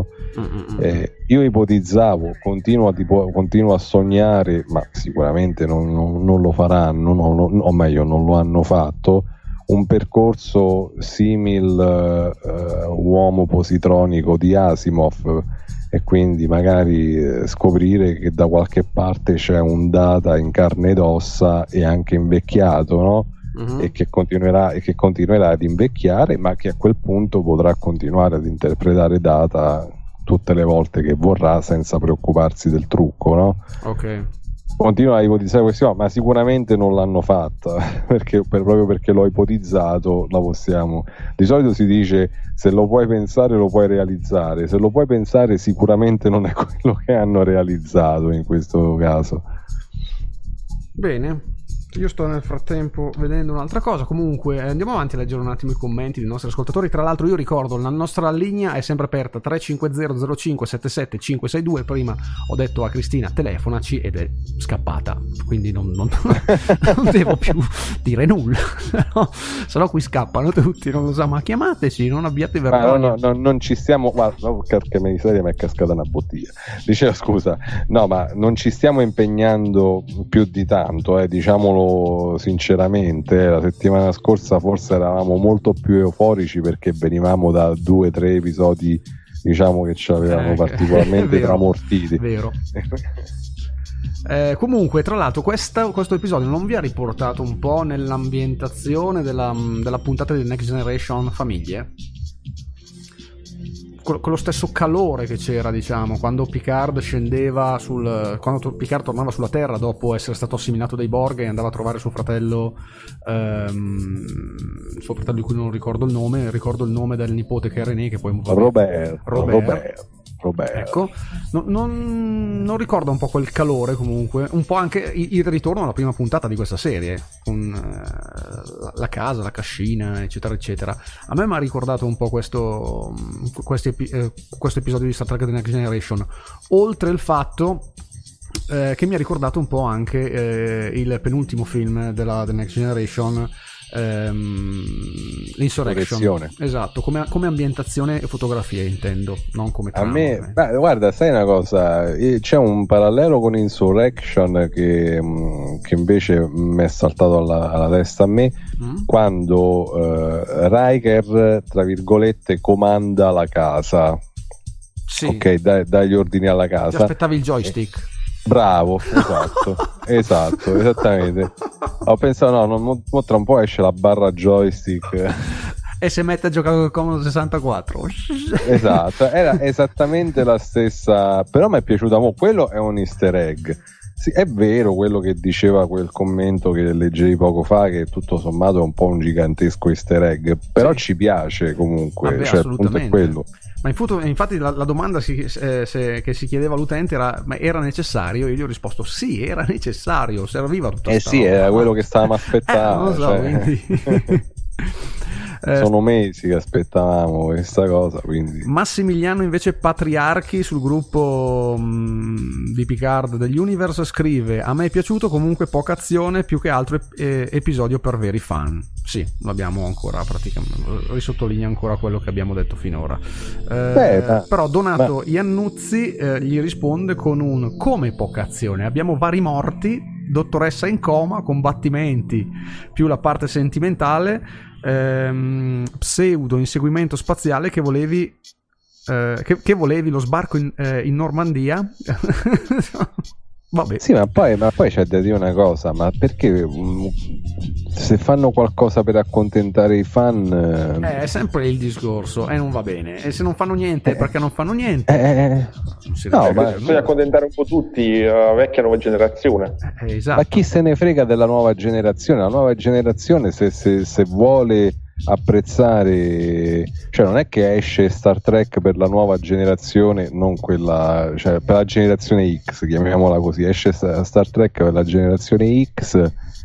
Speaker 3: Eh, io ipotizzavo, continuo a, tipo, continuo a sognare, ma sicuramente non, non, non lo faranno, non, non, o meglio non lo hanno fatto, un percorso simil uh, uomo positronico di Asimov, e quindi magari eh, scoprire che da qualche parte c'è un Data in carne ed ossa e anche invecchiato, no? Uh-huh. E che continuerà e che continuerà ad invecchiare, ma che a quel punto potrà continuare ad interpretare Data tutte le volte che vorrà, senza preoccuparsi del trucco, no?
Speaker 2: Ok.
Speaker 3: Continuo a ipotizzare questione, ma sicuramente non l'hanno fatta, perché per, proprio perché l'ho ipotizzato, la possiamo. Di solito si dice: se lo puoi pensare lo puoi realizzare. Se lo puoi pensare sicuramente non è quello che hanno realizzato in questo caso.
Speaker 2: Bene. Io sto nel frattempo vedendo un'altra cosa. Comunque andiamo avanti a leggere un attimo i commenti dei nostri ascoltatori. Tra l'altro io ricordo, la nostra linea è sempre aperta, tre cinque zero zero cinque sette sette cinque sei due. Prima ho detto a Cristina telefonaci ed è scappata, quindi non, non, non devo più dire nulla, no? Se no qui scappano tutti, non lo so, ma chiamateci, non abbiate vergogna.
Speaker 3: No, no, no, non ci stiamo, guarda, perché miseria mi è cascata una bottiglia. Dicevo, scusa, no, ma non ci stiamo impegnando più di tanto, eh, diciamolo sinceramente. La settimana scorsa forse eravamo molto più euforici perché venivamo da due o tre episodi, diciamo, che ci avevano eh, particolarmente tramortiti.
Speaker 2: Vero. Eh, comunque, tra l'altro, questa, questo episodio non vi ha riportato un po' nell'ambientazione della, della puntata di Next Generation Famiglie? Con lo stesso calore che c'era, diciamo, quando Picard scendeva sul quando Picard tornava sulla Terra dopo essere stato assimilato dai Borg e andava a trovare suo fratello ehm, suo fratello di cui non ricordo il nome, ricordo il nome del nipote che è René, che poi
Speaker 3: Robert,
Speaker 2: Robert.
Speaker 3: Robert. Robert.
Speaker 2: Ecco, no, non, non ricordo un po' quel calore, comunque un po' anche il, il ritorno alla prima puntata di questa serie con eh, la casa, la cascina, eccetera eccetera. A me mi ha ricordato un po' questo questo, epi, eh, questo episodio di Star Trek The Next Generation, oltre il fatto eh, che mi ha ricordato un po' anche eh, il penultimo film della The Next Generation, ehm, l'Insurrection. Esatto, come, come ambientazione e fotografia intendo, non come trama.
Speaker 3: A me, beh, guarda, sai una cosa, c'è un parallelo con Insurrection che, che invece mi è saltato alla, alla testa a me, mm? quando uh, Riker, tra virgolette, comanda la casa.
Speaker 2: Sì.
Speaker 3: Ok, dà, dà gli ordini alla casa.
Speaker 2: Ti aspettavi il joystick?
Speaker 3: Bravo, esatto, esatto, esattamente. Ho pensato, no, non, mo, mo tra un po' esce la barra joystick
Speaker 2: e si mette a giocare col Commodore sessantaquattro.
Speaker 3: Esatto, era esattamente la stessa, però mi è piaciuta mo, quello è un easter egg. Sì, è vero quello che diceva quel commento che leggevi poco fa, che tutto sommato è un po' un gigantesco easter egg, però sì, ci piace comunque. Vabbè, cioè, il punto è quello.
Speaker 2: Ma infatti la, la domanda si, eh, se, che si chiedeva all'utente era: ma era necessario? Io gli ho risposto sì, era necessario, serviva tutta
Speaker 3: eh sì, roba. Era quello che stavamo aspettando.
Speaker 2: Eh, non lo so,
Speaker 3: cioè...
Speaker 2: quindi...
Speaker 3: sono mesi che aspettavamo questa cosa, quindi.
Speaker 2: Massimiliano invece Patriarchi sul gruppo mh, di Picard degli Universe scrive: a me è piaciuto, comunque poca azione, più che altro eh, episodio per veri fan. Sì, l'abbiamo ancora praticamente, risottolinea ancora quello che abbiamo detto finora. Eh, Beh, ma, però Donato ma... Iannuzzi eh, gli risponde con un: come poca azione, abbiamo vari morti, dottoressa in coma, combattimenti più la parte sentimentale, Ehm, pseudo inseguimento spaziale che volevi eh, che, che volevi lo sbarco in, eh, in Normandia. Vabbè.
Speaker 3: Sì, ma poi, ma poi c'è da dire una cosa, ma perché um, se fanno qualcosa per accontentare i fan
Speaker 2: eh, è sempre il discorso e eh, non va bene, e se non fanno niente eh, perché non fanno niente
Speaker 3: eh,
Speaker 2: non si
Speaker 3: no, ma
Speaker 4: bisogna accontentare un po' tutti, la uh, vecchia nuova generazione.
Speaker 2: Eh, esatto.
Speaker 3: Ma chi se ne frega della nuova generazione? La nuova generazione se, se, se vuole apprezzare, cioè non è che esce Star Trek per la nuova generazione, non quella, cioè per la generazione X, chiamiamola così, esce Star Trek per la generazione X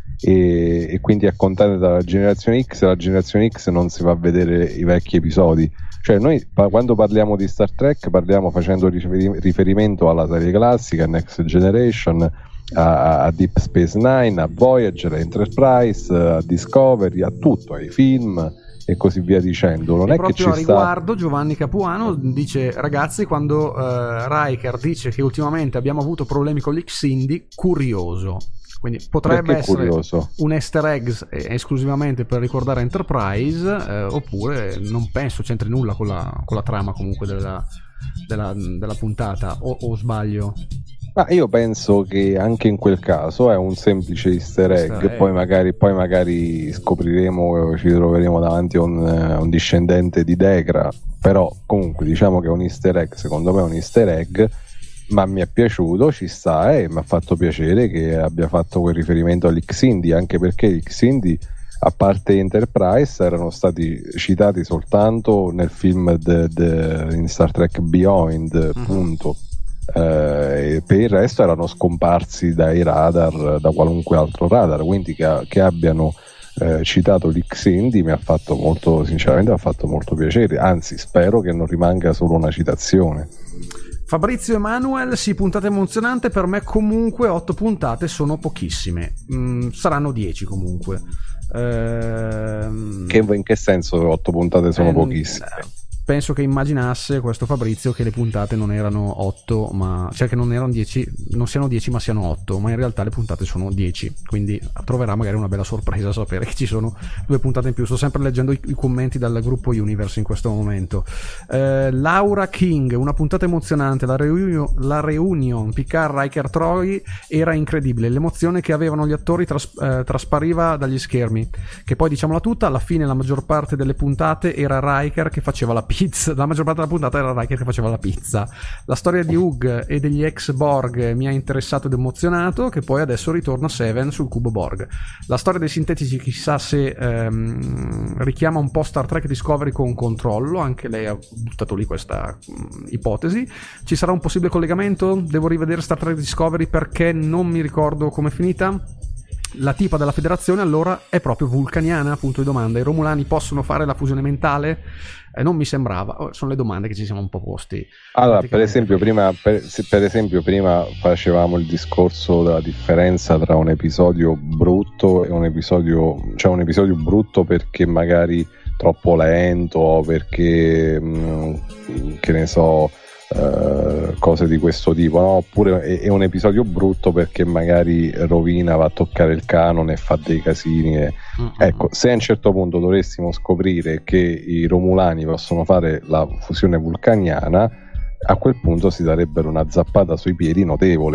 Speaker 3: e, e quindi è contenta dalla generazione X, e la generazione X non si va a vedere i vecchi episodi. Cioè noi quando parliamo di Star Trek parliamo facendo riferimento alla serie classica, Next Generation, a, a Deep Space Nine, a Voyager, a Enterprise, a Discovery, a tutto, ai film e così via dicendo. Non
Speaker 2: e
Speaker 3: è
Speaker 2: proprio
Speaker 3: che ci
Speaker 2: a riguardo
Speaker 3: sta...
Speaker 2: Giovanni Capuano dice: ragazzi, quando uh, Riker dice che ultimamente abbiamo avuto problemi con l'X-Indy, curioso. Quindi potrebbe
Speaker 3: Perché
Speaker 2: essere
Speaker 3: curioso?
Speaker 2: un easter egg esclusivamente per ricordare Enterprise, eh, oppure non penso c'entri nulla con la, con la trama comunque della, della, della puntata, o, o sbaglio?
Speaker 3: Ma io penso che anche in quel caso è un semplice easter egg, easter egg. Poi, magari, poi magari scopriremo, ci troveremo davanti a un, a un discendente di Degra, però comunque diciamo che è un easter egg, secondo me è un easter egg, ma mi è piaciuto, ci sta, e mi ha fatto piacere che abbia fatto quel riferimento all'X-Indy, anche perché l'X-Indy, a parte Enterprise, erano stati citati soltanto nel film de, de, in Star Trek Beyond, mm-hmm. punto. Eh, e per il resto erano scomparsi dai radar, da qualunque altro radar, quindi che, che abbiano eh, citato l'X-Indy mi ha fatto molto, sinceramente mi ha fatto molto piacere, anzi spero che non rimanga solo una citazione.
Speaker 2: Fabrizio Emanuel: sì, puntate emozionante, per me comunque otto puntate sono pochissime, mm, saranno dieci comunque. Ehm...
Speaker 3: Che, in che senso otto puntate sono
Speaker 2: eh,
Speaker 3: pochissime?
Speaker 2: Penso che immaginasse questo Fabrizio che le puntate non erano otto, ma cioè che non erano dieci, non siano dieci ma siano otto, ma in realtà le puntate sono dieci, quindi troverà magari una bella sorpresa a sapere che ci sono due puntate in più. Sto sempre leggendo i, i commenti dal gruppo Universe in questo momento. eh, Laura King: una puntata emozionante, la reunion, la reunion Picard, Riker, Troy era incredibile, l'emozione che avevano gli attori tras, eh, traspariva dagli schermi, che poi diciamola tutta, alla fine la maggior parte delle puntate era Riker che faceva la pizza, la maggior parte della puntata era Riker che faceva la pizza. La storia di Hugh e degli ex Borg mi ha interessato ed emozionato, che poi adesso ritorna Seven sul cubo Borg. La storia dei sintetici chissà se ehm, richiama un po' Star Trek Discovery con Controllo, anche lei ha buttato lì questa mh, ipotesi. Ci sarà un possibile collegamento? Devo rivedere Star Trek Discovery perché non mi ricordo com'è finita. La tipa della federazione allora è proprio vulcaniana? Punto di domanda. I Romulani possono fare la fusione mentale? Eh, non mi sembrava. Sono le domande che ci siamo un po' posti.
Speaker 3: Allora, per esempio, prima, per, per esempio, prima facevamo il discorso della differenza tra un episodio brutto e un episodio, cioè un episodio brutto perché magari troppo lento, o perché mh, che ne so, Uh, cose di questo tipo, no? Oppure è, è un episodio brutto perché magari rovina, va a toccare il canone e fa dei casini e... mm-hmm. Ecco, se a un certo punto dovessimo scoprire che i Romulani possono fare la fusione vulcaniana, a quel punto si darebbero una zappata sui piedi notevole,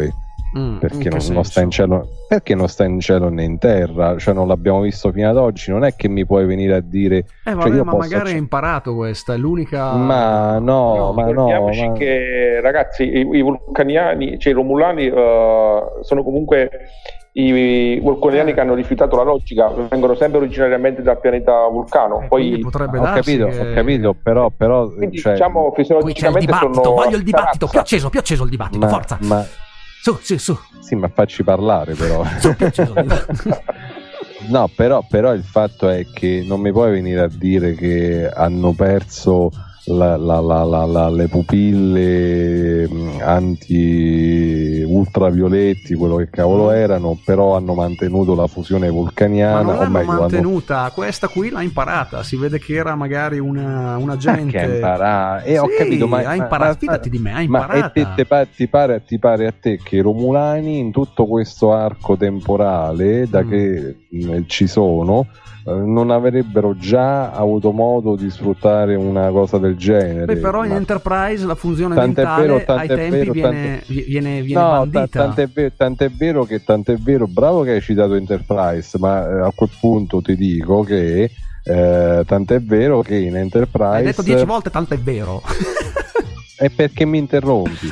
Speaker 3: Mm, perché non, non sta in cielo, perché non sta in cielo né in terra, cioè non l'abbiamo visto fino ad oggi, non è che mi puoi venire a dire
Speaker 2: eh vabbè,
Speaker 3: cioè io
Speaker 2: ma
Speaker 3: posso
Speaker 2: magari
Speaker 3: acc-
Speaker 2: hai imparato questa, è l'unica.
Speaker 3: ma no,
Speaker 4: no
Speaker 3: ma no
Speaker 4: ricordiamoci
Speaker 3: ma...
Speaker 4: che ragazzi i, i vulcaniani, cioè i romulani uh, sono comunque i vulcaniani che hanno rifiutato la logica, vengono sempre originariamente dal pianeta Vulcano.
Speaker 2: Eh,
Speaker 4: poi
Speaker 2: potrebbe
Speaker 3: ho capito,
Speaker 2: che...
Speaker 3: ho capito, però, però
Speaker 4: quindi
Speaker 3: cioè...
Speaker 4: diciamo fisiologicamente sono
Speaker 2: voglio il dibattito, più acceso, più acceso il dibattito,
Speaker 3: ma,
Speaker 2: forza.
Speaker 3: Ma...
Speaker 2: Su, su, su.
Speaker 3: Sì, ma facci parlare però.
Speaker 2: Su, più acceso il dibattito.
Speaker 3: No, però, però il fatto è che non mi puoi venire a dire che hanno perso la, la, la, la, la, le pupille anti ultravioletti, quello che cavolo erano, però hanno mantenuto la fusione vulcaniana.
Speaker 2: Ma non l'hanno
Speaker 3: o meglio,
Speaker 2: mantenuta,
Speaker 3: hanno...
Speaker 2: questa qui l'ha imparata, si vede che era magari una, un agente.
Speaker 3: Che ha imparato? Eh,
Speaker 2: sì,
Speaker 3: ho capito, ma
Speaker 2: ha imparato,
Speaker 3: ma,
Speaker 2: fidati di me, ha
Speaker 3: ma
Speaker 2: imparata.
Speaker 3: e te, te, pa- ti, pare, ti pare a te che i Romulani in tutto questo arco temporale da mm. che mh, ci sono non avrebbero già avuto modo di sfruttare una cosa del genere?
Speaker 2: Beh, però in
Speaker 3: ma...
Speaker 2: Enterprise la funzione
Speaker 3: tant'è
Speaker 2: mentale
Speaker 3: vero, tant'è
Speaker 2: ai tempi
Speaker 3: vero,
Speaker 2: viene,
Speaker 3: tant'è...
Speaker 2: viene, viene
Speaker 3: no,
Speaker 2: bandita.
Speaker 3: T- tant'è, vero, tant'è vero che tant'è vero, bravo che hai citato Enterprise, ma eh, a quel punto ti dico che eh, tant'è vero che in Enterprise
Speaker 2: hai detto dieci volte tant'è vero.
Speaker 3: È perché mi interrompi?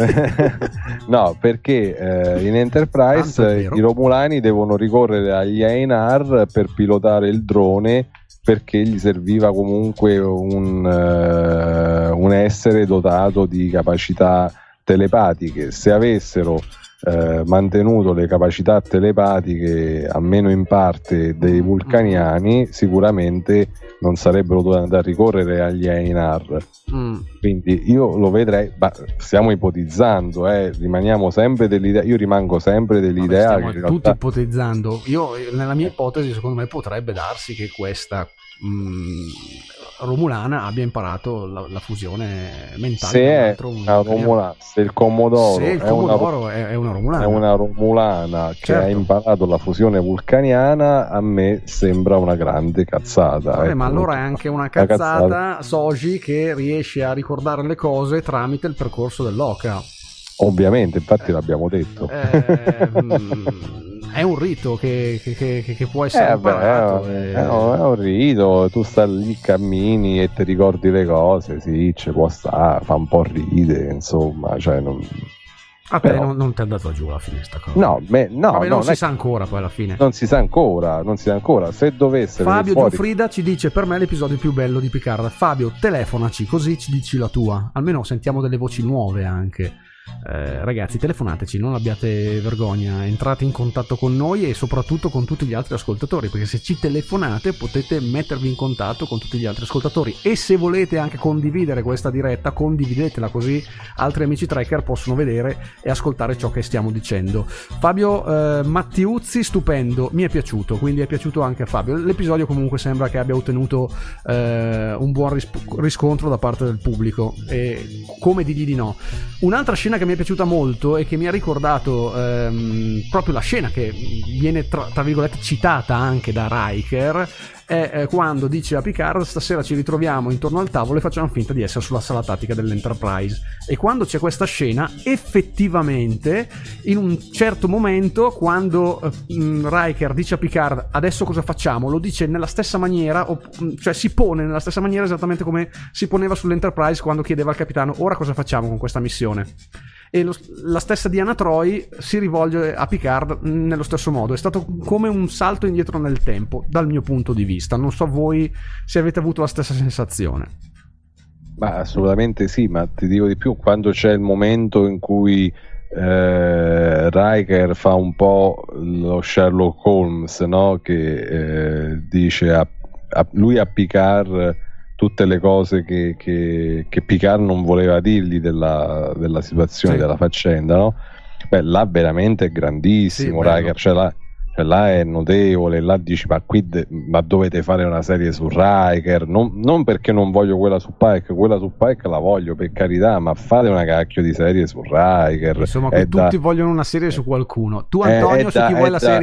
Speaker 3: No, perché eh, in Enterprise i Romulani devono ricorrere agli Aenar per pilotare il drone, perché gli serviva comunque un, uh, un essere dotato di capacità telepatiche. Se avessero eh, mantenuto le capacità telepatiche, almeno in parte, dei vulcaniani, sicuramente non sarebbero dovuti andare a ricorrere agli Aenar. Mm. Quindi io lo vedrei, ma stiamo ipotizzando, eh, rimaniamo sempre dell'idea, io rimango sempre dell'idea.
Speaker 2: Vabbè, stiamo
Speaker 3: che
Speaker 2: tutti
Speaker 3: realtà...
Speaker 2: ipotizzando. Io, nella mia ipotesi, secondo me potrebbe darsi che questa mh, Romulana abbia imparato la, la fusione mentale.
Speaker 3: Se è
Speaker 2: un
Speaker 3: una Romulana, se il Commodoro,
Speaker 2: se il
Speaker 3: è,
Speaker 2: Commodoro
Speaker 3: una,
Speaker 2: è, è una Romulana,
Speaker 3: è una Romulana che
Speaker 2: certo.
Speaker 3: ha imparato la fusione vulcaniana, a me sembra una grande cazzata.
Speaker 2: Vabbè,
Speaker 3: ecco,
Speaker 2: ma allora è anche una cazzata,
Speaker 3: una cazzata
Speaker 2: Soji che riesce a ricordare le cose tramite il percorso dell'Oca.
Speaker 3: Ovviamente, infatti eh, l'abbiamo detto.
Speaker 2: Eh, è un rito che, che, che, che può essere
Speaker 3: eh,
Speaker 2: imparato.
Speaker 3: Beh,
Speaker 2: e...
Speaker 3: è, un, è un rito, tu stai lì, cammini e ti ricordi le cose, sì, ci può stare, fa un po' ridere, insomma, cioè non...
Speaker 2: A te non, non ti è andato giù alla fine sta cosa?
Speaker 3: No, beh, no,
Speaker 2: Vabbè,
Speaker 3: no,
Speaker 2: non si
Speaker 3: è...
Speaker 2: sa ancora poi alla fine.
Speaker 3: Non si sa ancora, non si sa ancora. Se dovesse
Speaker 2: Fabio
Speaker 3: fuori...
Speaker 2: Giuffrida ci dice: per me è l'episodio più bello di Picard. Fabio, telefonaci così ci dici la tua. Almeno sentiamo delle voci nuove anche. Eh, ragazzi, telefonateci, non abbiate vergogna, entrate in contatto con noi e soprattutto con tutti gli altri ascoltatori, perché se ci telefonate potete mettervi in contatto con tutti gli altri ascoltatori, e se volete anche condividere questa diretta, condividetela, così altri amici tracker possono vedere e ascoltare ciò che stiamo dicendo. Fabio eh, Mattiuzzi, stupendo, mi è piaciuto, quindi è piaciuto anche a Fabio. L'episodio comunque sembra che abbia ottenuto eh, un buon risp- riscontro da parte del pubblico, e come digli di no. Un'altra scena che mi è piaciuta molto e che mi ha ricordato ehm, proprio la scena che viene tra, tra virgolette citata anche da Riker è eh, quando dice a Picard: stasera ci ritroviamo intorno al tavolo e facciamo finta di essere sulla sala tattica dell'Enterprise. E quando c'è questa scena, effettivamente in un certo momento, quando eh, Riker dice a Picard adesso cosa facciamo, lo dice nella stessa maniera, o, cioè si pone nella stessa maniera esattamente come si poneva sull'Enterprise quando chiedeva al capitano: ora cosa facciamo con questa missione? E lo, la stessa Diana Troy si rivolge a Picard nello stesso modo. È stato come un salto indietro nel tempo dal mio punto di vista. Non so voi se avete avuto la stessa sensazione.
Speaker 3: Ma assolutamente sì, ma ti dico di più, quando c'è il momento in cui eh, Riker fa un po' lo Sherlock Holmes, no? Che eh, dice a, a lui a Picard tutte le cose che, che, che Picard non voleva dirgli della, della situazione, sì, della faccenda, no? Beh, là veramente è grandissimo, sì, Riker, cioè là, cioè là è notevole, là dici ma qui de- ma dovete fare una serie su Riker, non, non perché non voglio quella su Pike, quella su Pike la voglio, per carità, ma fate una cacchio di serie su Riker.
Speaker 2: Insomma, qui tutti
Speaker 3: da...
Speaker 2: vogliono una serie su qualcuno. Tu Antonio, su chi vuoi la
Speaker 3: da...
Speaker 2: serie?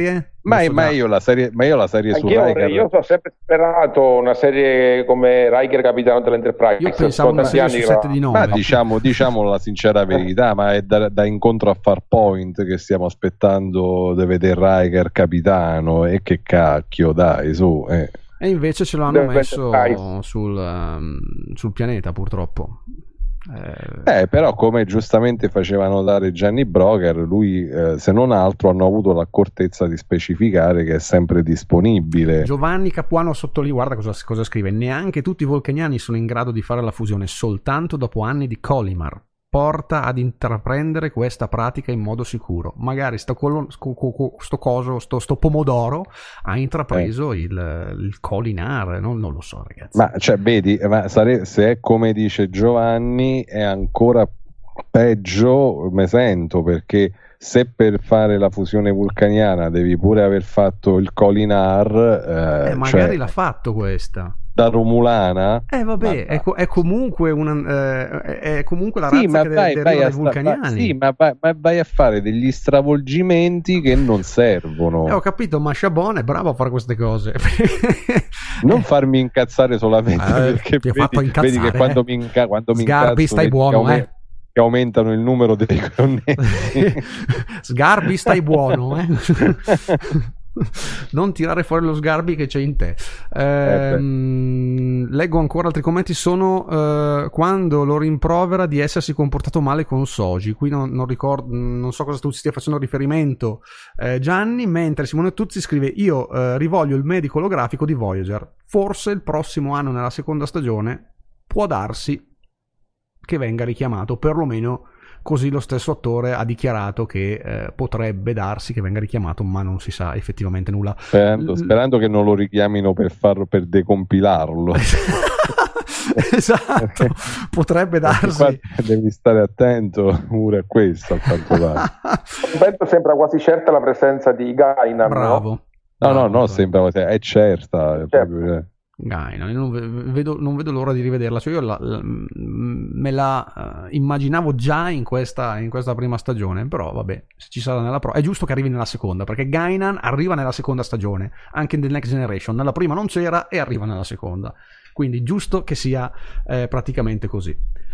Speaker 3: Ma, ma, io la serie, ma io la serie su Riker,
Speaker 4: io ho sempre sperato una serie come Riker capitano dell'Enterprise.
Speaker 2: Io pensavo una serie su sette di nove.
Speaker 3: Ma diciamo, diciamo la sincera verità, ma è da, da incontro a Farpoint che stiamo aspettando di vedere Riker capitano, e che cacchio, dai, su. Eh.
Speaker 2: E invece ce l'hanno messo sul, um, sul pianeta, purtroppo.
Speaker 3: Eh, eh, però come giustamente faceva notare Gianni Broker, lui eh, se non altro hanno avuto l'accortezza di specificare che è sempre disponibile.
Speaker 2: Giovanni Capuano sottolinea, guarda cosa, cosa scrive: neanche tutti i vulcaniani sono in grado di fare la fusione, soltanto dopo anni di Colimar porta ad intraprendere questa pratica in modo sicuro. Magari sto, colo, sto coso, sto, sto pomodoro ha intrapreso eh. il, il Colinar, non, non lo so, ragazzi.
Speaker 3: Ma cioè, vedi, ma sare, se è come dice Giovanni, è ancora peggio, me sento, perché se per fare la fusione vulcaniana devi pure aver fatto il Colinar, eh,
Speaker 2: eh, magari
Speaker 3: cioè,
Speaker 2: l'ha fatto questa.
Speaker 3: Da Romulana,
Speaker 2: eh vabbè, è, co- è comunque una, eh, è comunque la razza sì, ma che vai, deriva vai dai vulcaniani.
Speaker 3: Sta- sì, ma vai, ma vai a fare degli stravolgimenti che non servono.
Speaker 2: Eh, ho capito, ma Chabon è bravo a fare queste cose.
Speaker 3: Non farmi incazzare solamente eh, perché
Speaker 2: ti ho
Speaker 3: vedi,
Speaker 2: fatto incazzare,
Speaker 3: vedi che
Speaker 2: eh.
Speaker 3: quando mi, inca- quando mi
Speaker 2: Sgarbi,
Speaker 3: incazzo,
Speaker 2: stai buono,
Speaker 3: che,
Speaker 2: eh.
Speaker 3: che aumentano il numero dei connessi.
Speaker 2: Sgarbi, stai buono, eh. Non tirare fuori lo Sgarbi che c'è in te. Ehm, leggo ancora altri commenti. Sono eh, quando lo rimprovera di essersi comportato male con Soji. Qui non, non ricordo, non so cosa tu stia facendo riferimento, eh, Gianni. Mentre Simone Tuzzi scrive: io eh, rivoglio il medico olografico di Voyager. Forse il prossimo anno, nella seconda stagione, può darsi che venga richiamato, perlomeno così lo stesso attore ha dichiarato che eh, potrebbe darsi che venga richiamato, ma non si sa effettivamente nulla.
Speaker 3: Sperando, sperando che non lo richiamino per farlo, per decompilarlo.
Speaker 2: Esatto, potrebbe darsi.
Speaker 3: Devi stare attento pure a questo, a quanto pare.
Speaker 4: Sembra quasi certa la presenza di Guinan.
Speaker 2: Bravo.
Speaker 3: No,
Speaker 2: Bravo,
Speaker 3: no, no, sembra, è certa. È
Speaker 2: certo.
Speaker 3: Proprio,
Speaker 2: Gaina, non vedo, non vedo l'ora di rivederla, cioè io la, la, me la uh, immaginavo già in questa, in questa prima stagione, però vabbè, se ci sarà nella pro è giusto che arrivi nella seconda, perché Guinan arriva nella seconda stagione, anche in The Next Generation, nella prima non c'era e arriva nella seconda, quindi giusto che sia eh, praticamente così.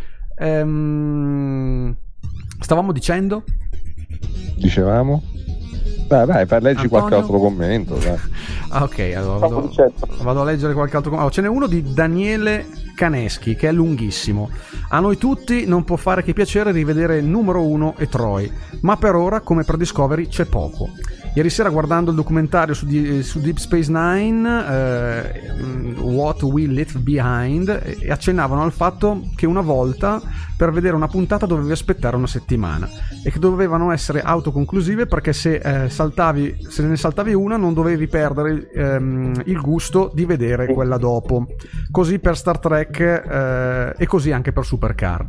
Speaker 2: Ehm, stavamo dicendo?
Speaker 3: Dicevamo? Dai, vai, per leggi
Speaker 2: Antonio?
Speaker 3: Qualche altro commento. Dai.
Speaker 2: Ah, ok, allora vado, vado a leggere qualche altro commento. Oh, ce n'è uno di Daniele Caneschi che è lunghissimo. A noi tutti non può fare che piacere rivedere numero uno e Troy, ma per ora, come per Discovery, c'è poco. Ieri sera, guardando il documentario su, di, su Deep Space Nine, eh, What We Left Behind, eh, accennavano al fatto che una volta per vedere una puntata dovevi aspettare una settimana e che dovevano essere autoconclusive, perché se, eh, saltavi, se ne saltavi una non dovevi perdere ehm, il gusto di vedere quella dopo. Così per Star Trek eh, e così anche per Supercar.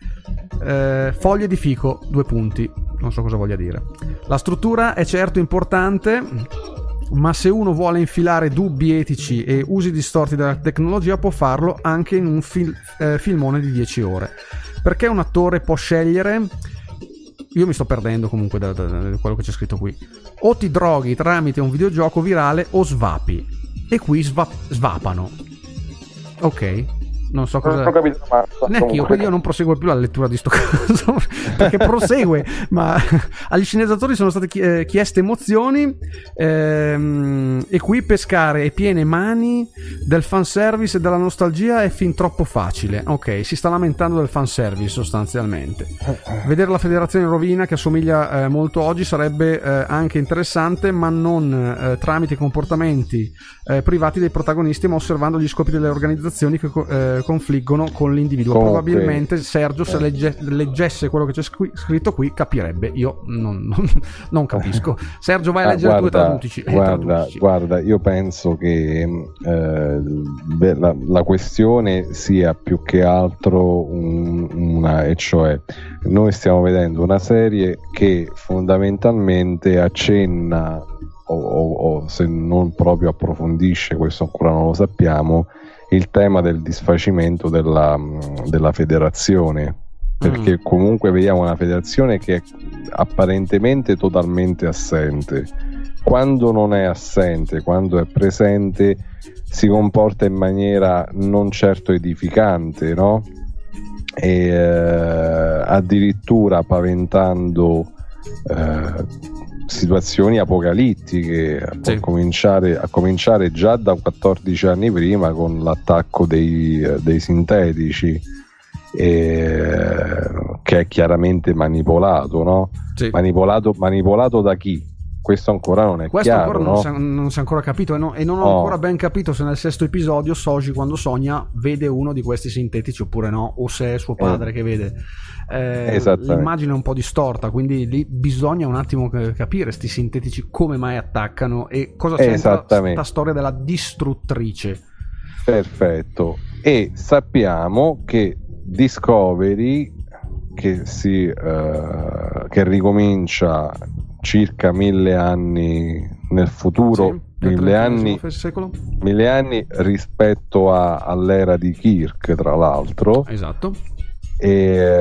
Speaker 2: Eh, foglie di fico, due punti, non so cosa voglia dire. La struttura è certo importante, ma se uno vuole infilare dubbi etici e usi distorti della tecnologia può farlo anche in un fil- eh, filmone di dieci ore. Perché un attore può scegliere, io mi sto perdendo comunque da, da, da quello che c'è scritto qui, o ti droghi tramite un videogioco virale o svapi, e qui sva- svapano. Ok, non so cosa.
Speaker 4: Non ho capito, ma
Speaker 2: neanche io, quindi io non proseguo più la lettura di sto caso perché prosegue, ma agli sceneggiatori sono state chieste emozioni ehm, e qui pescare e piene mani del fanservice e della nostalgia è fin troppo facile. Ok, si sta lamentando del fanservice sostanzialmente. Vedere la federazione in rovina, che assomiglia eh, molto oggi, sarebbe eh, anche interessante, ma non eh, tramite comportamenti eh, privati dei protagonisti, ma osservando gli scopi delle organizzazioni che eh, confliggono con l'individuo. Comunque, probabilmente Sergio, se legge, leggesse quello che c'è scritto qui, capirebbe. Io non, non, non capisco. Sergio, vai a leggere ah, guarda, tue traduci.
Speaker 3: Guarda,
Speaker 2: traduci.
Speaker 3: guarda, io penso che eh, la, la questione sia più che altro un, una, e cioè noi stiamo vedendo una serie che fondamentalmente accenna o, o, o se non proprio approfondisce, questo ancora non lo sappiamo, il tema del disfacimento della, della federazione, perché mm. comunque vediamo una federazione che è apparentemente totalmente assente, quando non è assente, quando è presente, si comporta in maniera non certo edificante, no? E eh, addirittura paventando eh, situazioni apocalittiche, sì. a, cominciare, a cominciare già da quattordici anni prima con l'attacco dei, dei sintetici, eh, che è chiaramente manipolato, no? Sì. Manipolato, manipolato da chi? Questo ancora non è
Speaker 2: Questo
Speaker 3: chiaro,
Speaker 2: ancora
Speaker 3: no?
Speaker 2: non, si è, non si è ancora capito, e, no, e non ho oh. ancora ben capito se nel sesto episodio Soji, quando sogna, vede uno di questi sintetici oppure no, o se è suo padre eh. che vede. Eh, l'immagine è un po' distorta, quindi lì bisogna un attimo capire sti sintetici come mai attaccano e cosa c'entra questa storia della distruttrice.
Speaker 3: Perfetto. E sappiamo che Discovery, che si uh, che ricomincia circa mille anni nel futuro, sì, mille anni mille anni rispetto a, all'era di Kirk, tra l'altro,
Speaker 2: esatto,
Speaker 3: e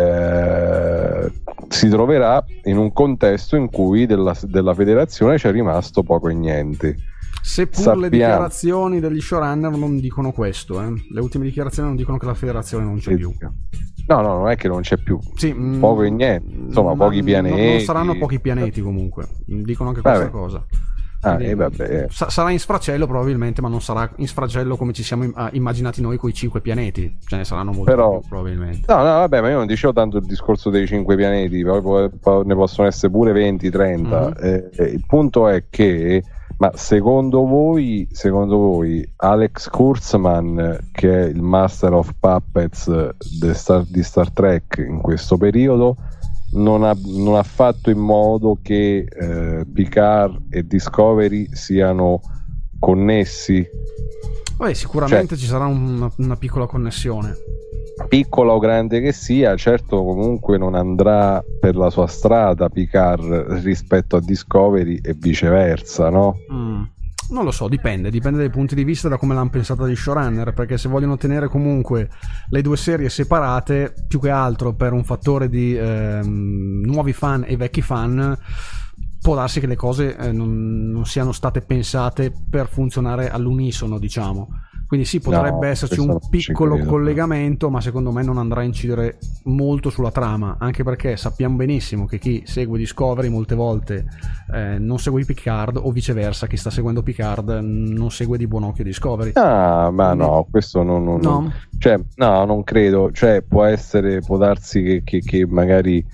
Speaker 3: eh, si troverà in un contesto in cui della, della federazione c'è rimasto poco e niente.
Speaker 2: Seppur Sappiamo. le dichiarazioni degli showrunner non dicono questo, eh. Le ultime dichiarazioni non dicono che la federazione non c'è più.
Speaker 3: No, no, non è che non c'è più,
Speaker 2: sì,
Speaker 3: poco e niente, insomma, pochi pianeti.
Speaker 2: Non saranno pochi pianeti comunque, dicono anche questa vabbè. cosa.
Speaker 3: Ah, eh, vabbè.
Speaker 2: Sa- sarà in sfracello probabilmente, ma non sarà in sfracello come ci siamo immaginati noi con i cinque pianeti, ce ne saranno molti
Speaker 3: Però,
Speaker 2: più probabilmente.
Speaker 3: No, no, vabbè, ma io non dicevo tanto il discorso dei cinque pianeti, poi ne possono essere pure venti, trenta. Mm-hmm. Eh, eh, il punto è che, ma secondo voi, secondo voi Alex Kurtzman, che è il Master of Puppets de Star, di Star Trek in questo periodo, non ha, non ha fatto in modo che eh, Picard e Discovery siano connessi?
Speaker 2: Beh, sicuramente cioè, ci sarà una, una piccola connessione,
Speaker 3: piccola o grande che sia, certo comunque non andrà per la sua strada Picard rispetto a Discovery e viceversa, no?
Speaker 2: Mm. Non lo so, dipende, dipende dai punti di vista, da come l'hanno pensata gli showrunner, perché se vogliono tenere comunque le due serie separate, più che altro per un fattore di ehm, nuovi fan e vecchi fan, può darsi che le cose eh, non, non siano state pensate per funzionare all'unisono, diciamo. Quindi sì, potrebbe no, esserci un piccolo collegamento, ma secondo me non andrà a incidere molto sulla trama, anche perché sappiamo benissimo che chi segue Discovery molte volte eh, non segue Picard, o viceversa, chi sta seguendo Picard non segue di buon occhio Discovery.
Speaker 3: Ah, ma Quindi... no, questo non, non,
Speaker 2: no?
Speaker 3: non... Cioè, no, non credo. Cioè, può essere, può darsi che, che, che magari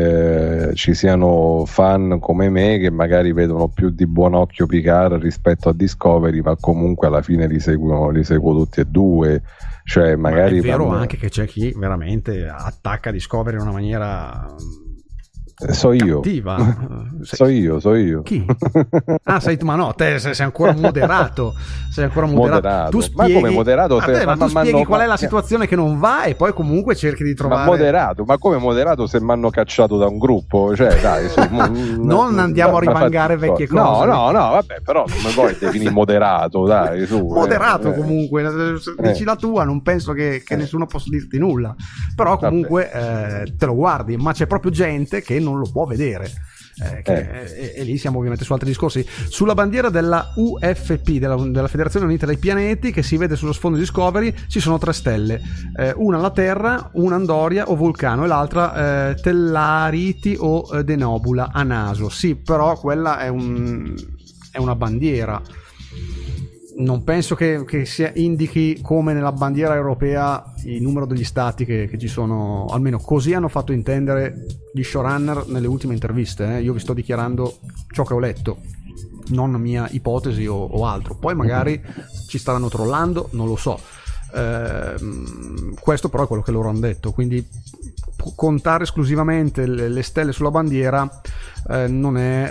Speaker 3: Eh, ci siano fan come me che magari vedono più di buon occhio Picard rispetto a Discovery, ma comunque alla fine li seguono, li seguo tutti e due. Cioè, magari
Speaker 2: ma è vero
Speaker 3: vanno...
Speaker 2: anche che c'è chi veramente attacca Discovery in una maniera
Speaker 3: so io so io so io
Speaker 2: chi? Ah, sei tu, ma no, te sei, sei ancora moderato sei ancora moderato,
Speaker 3: moderato.
Speaker 2: Tu spieghi...
Speaker 3: ma come moderato?
Speaker 2: Se... ma, ma tu spieghi qual è la situazione che non va e poi comunque cerchi di trovare.
Speaker 3: Ma moderato, ma come moderato se mi hanno cacciato da un gruppo? Cioè dai, su,
Speaker 2: non andiamo a rimangare vecchie cose.
Speaker 3: No, no, no, vabbè, però come vuoi definire moderato, dai, su.
Speaker 2: Moderato
Speaker 3: eh,
Speaker 2: comunque,
Speaker 3: eh.
Speaker 2: dici la tua, non penso che, che nessuno possa dirti nulla. Però comunque eh, te lo guardi, ma c'è proprio gente che non lo può vedere. Eh, che, eh. e, e lì siamo ovviamente su altri discorsi. Sulla bandiera della U F P, della, della Federazione Unita dei Pianeti, che si vede sullo sfondo di Discovery, ci sono tre stelle, eh, una la Terra, una Andoria o Vulcano e l'altra eh, Tellariti o eh, Denobula a naso. Sì, però quella è, un, è una bandiera. Non penso che, che sia, indichi come nella bandiera europea il numero degli stati che, che ci sono, almeno così hanno fatto intendere gli showrunner nelle ultime interviste. Eh. Io vi sto dichiarando ciò che ho letto, non mia ipotesi o, o altro. Poi magari ci staranno trollando, non lo so. Eh, questo però è quello che loro hanno detto, quindi contare esclusivamente le, le stelle sulla bandiera eh, non è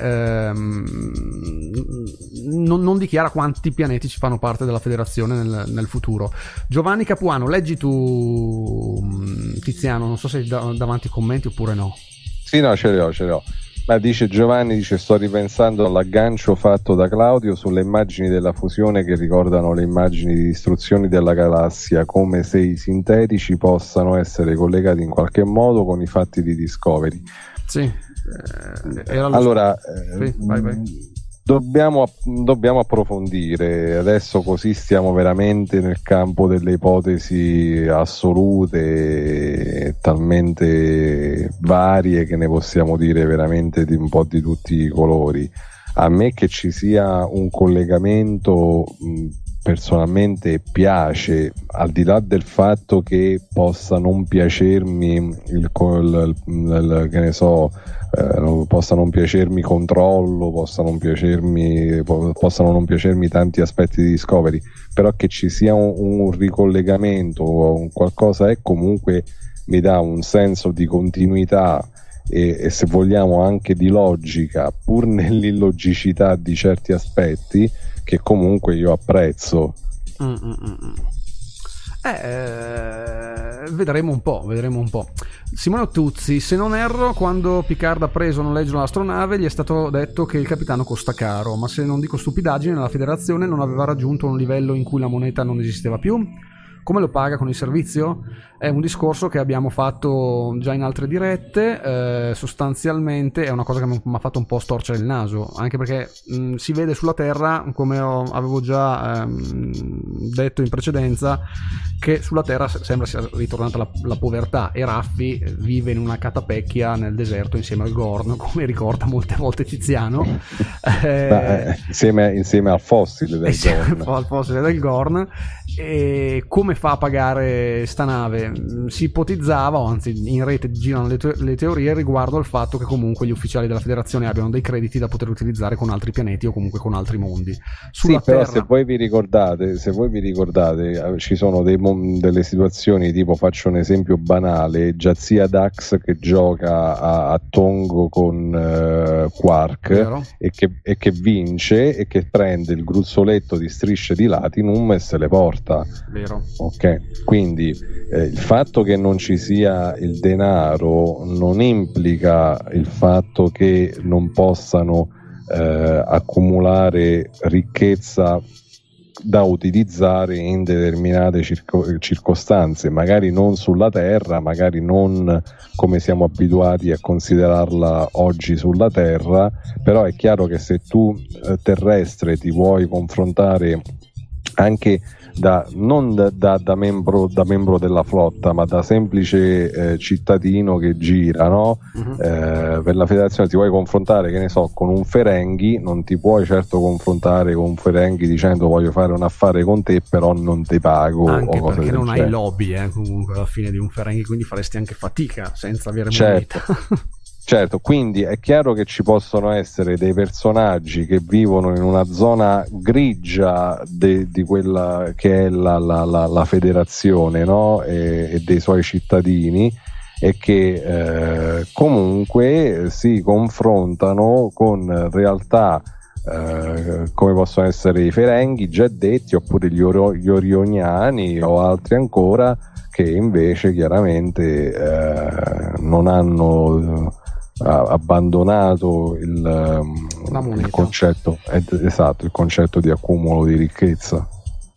Speaker 2: ehm, non, non dichiara quanti pianeti ci fanno parte della federazione nel, nel futuro. Giovanni Capuano, leggi tu Tiziano, non so se hai da, davanti commenti oppure no.
Speaker 3: Sì, no, ce li ho, ce li ho. Ma dice Giovanni, dice sto ripensando all'aggancio fatto da Claudio sulle immagini della fusione che ricordano le immagini di distruzione della galassia, come se i sintetici possano essere collegati in qualche modo con i fatti di Discovery.
Speaker 2: Sì, eh, era
Speaker 3: allora
Speaker 2: sì, vai, vai.
Speaker 3: Dobbiamo, dobbiamo approfondire adesso, così stiamo veramente nel campo delle ipotesi assolute, talmente varie che ne possiamo dire veramente di un po' di tutti i colori. A me che ci sia un collegamento mh, personalmente piace, al di là del fatto che possa non piacermi il, il, il, il che ne so eh, possa non piacermi Controllo, possa non piacermi po- possano non piacermi tanti aspetti di Discovery, però che ci sia un, un ricollegamento o un qualcosa è comunque mi dà un senso di continuità e, e se vogliamo anche di logica, pur nell'illogicità di certi aspetti, che comunque io apprezzo.
Speaker 2: Mm, mm, mm. Eh, eh, vedremo un po', vedremo un po'. Simone Ottuzzi, se non erro, quando Picard ha preso a noleggio l'astronave gli è stato detto che il capitano costa caro, ma se non dico stupidaggine la federazione non aveva raggiunto un livello in cui la moneta non esisteva più? Come lo paga con il servizio? È un discorso che abbiamo fatto già in altre dirette, eh, sostanzialmente è una cosa che mi ha fatto un po' storcere il naso, anche perché mh, si vede sulla Terra, come ho, avevo già ehm, detto in precedenza, che sulla Terra sembra sia ritornata la, la povertà e Raffi vive in una catapecchia nel deserto insieme al Gorn, come ricorda molte volte Tiziano. eh,
Speaker 3: Beh, insieme, insieme al fossile del
Speaker 2: insieme
Speaker 3: Gorn.
Speaker 2: al fossile del Gorn. E come fa a pagare sta nave? Si ipotizzava, o anzi in rete girano le, te- le teorie riguardo al fatto che comunque gli ufficiali della federazione abbiano dei crediti da poter utilizzare con altri pianeti o comunque con altri mondi. Sulla
Speaker 3: sì, però
Speaker 2: Terra...
Speaker 3: se voi vi ricordate, se voi vi ricordate, ci sono dei, delle situazioni, tipo faccio un esempio banale, Jadzia Dax che gioca a, a Tongo con uh, Quark e che, e che vince e che prende il gruzzoletto di strisce di Latinum e se le porta.
Speaker 2: Vero.
Speaker 3: Ok, quindi eh, il fatto che non ci sia il denaro non implica il fatto che non possano eh, accumulare ricchezza da utilizzare in determinate circo- circostanze, magari non sulla Terra, magari non come siamo abituati a considerarla oggi sulla Terra, però è chiaro che se tu eh, terrestre ti vuoi confrontare anche da, non da, da, da, membro, da membro della flotta, ma da semplice eh, cittadino che gira, no? Uh-huh. Eh, per la federazione ti vuoi confrontare, che ne so, con un Ferengi, non ti puoi certo confrontare con un Ferengi dicendo voglio fare un affare con te, però non ti pago.
Speaker 2: Anche
Speaker 3: o cose
Speaker 2: perché
Speaker 3: del
Speaker 2: non
Speaker 3: genere.
Speaker 2: hai lobby eh, comunque alla fine di un Ferengi, quindi faresti anche fatica senza avere
Speaker 3: certo.
Speaker 2: moneta.
Speaker 3: Certo, quindi è chiaro che ci possono essere dei personaggi che vivono in una zona grigia de, di quella che è la, la, la, la federazione, no? e, e dei suoi cittadini, e che eh, comunque si confrontano con realtà eh, come possono essere i Ferengi già detti, oppure gli, oro, gli Orioniani o altri ancora, che invece chiaramente eh, non hanno ha abbandonato il, il concetto esatto il concetto di accumulo di ricchezza.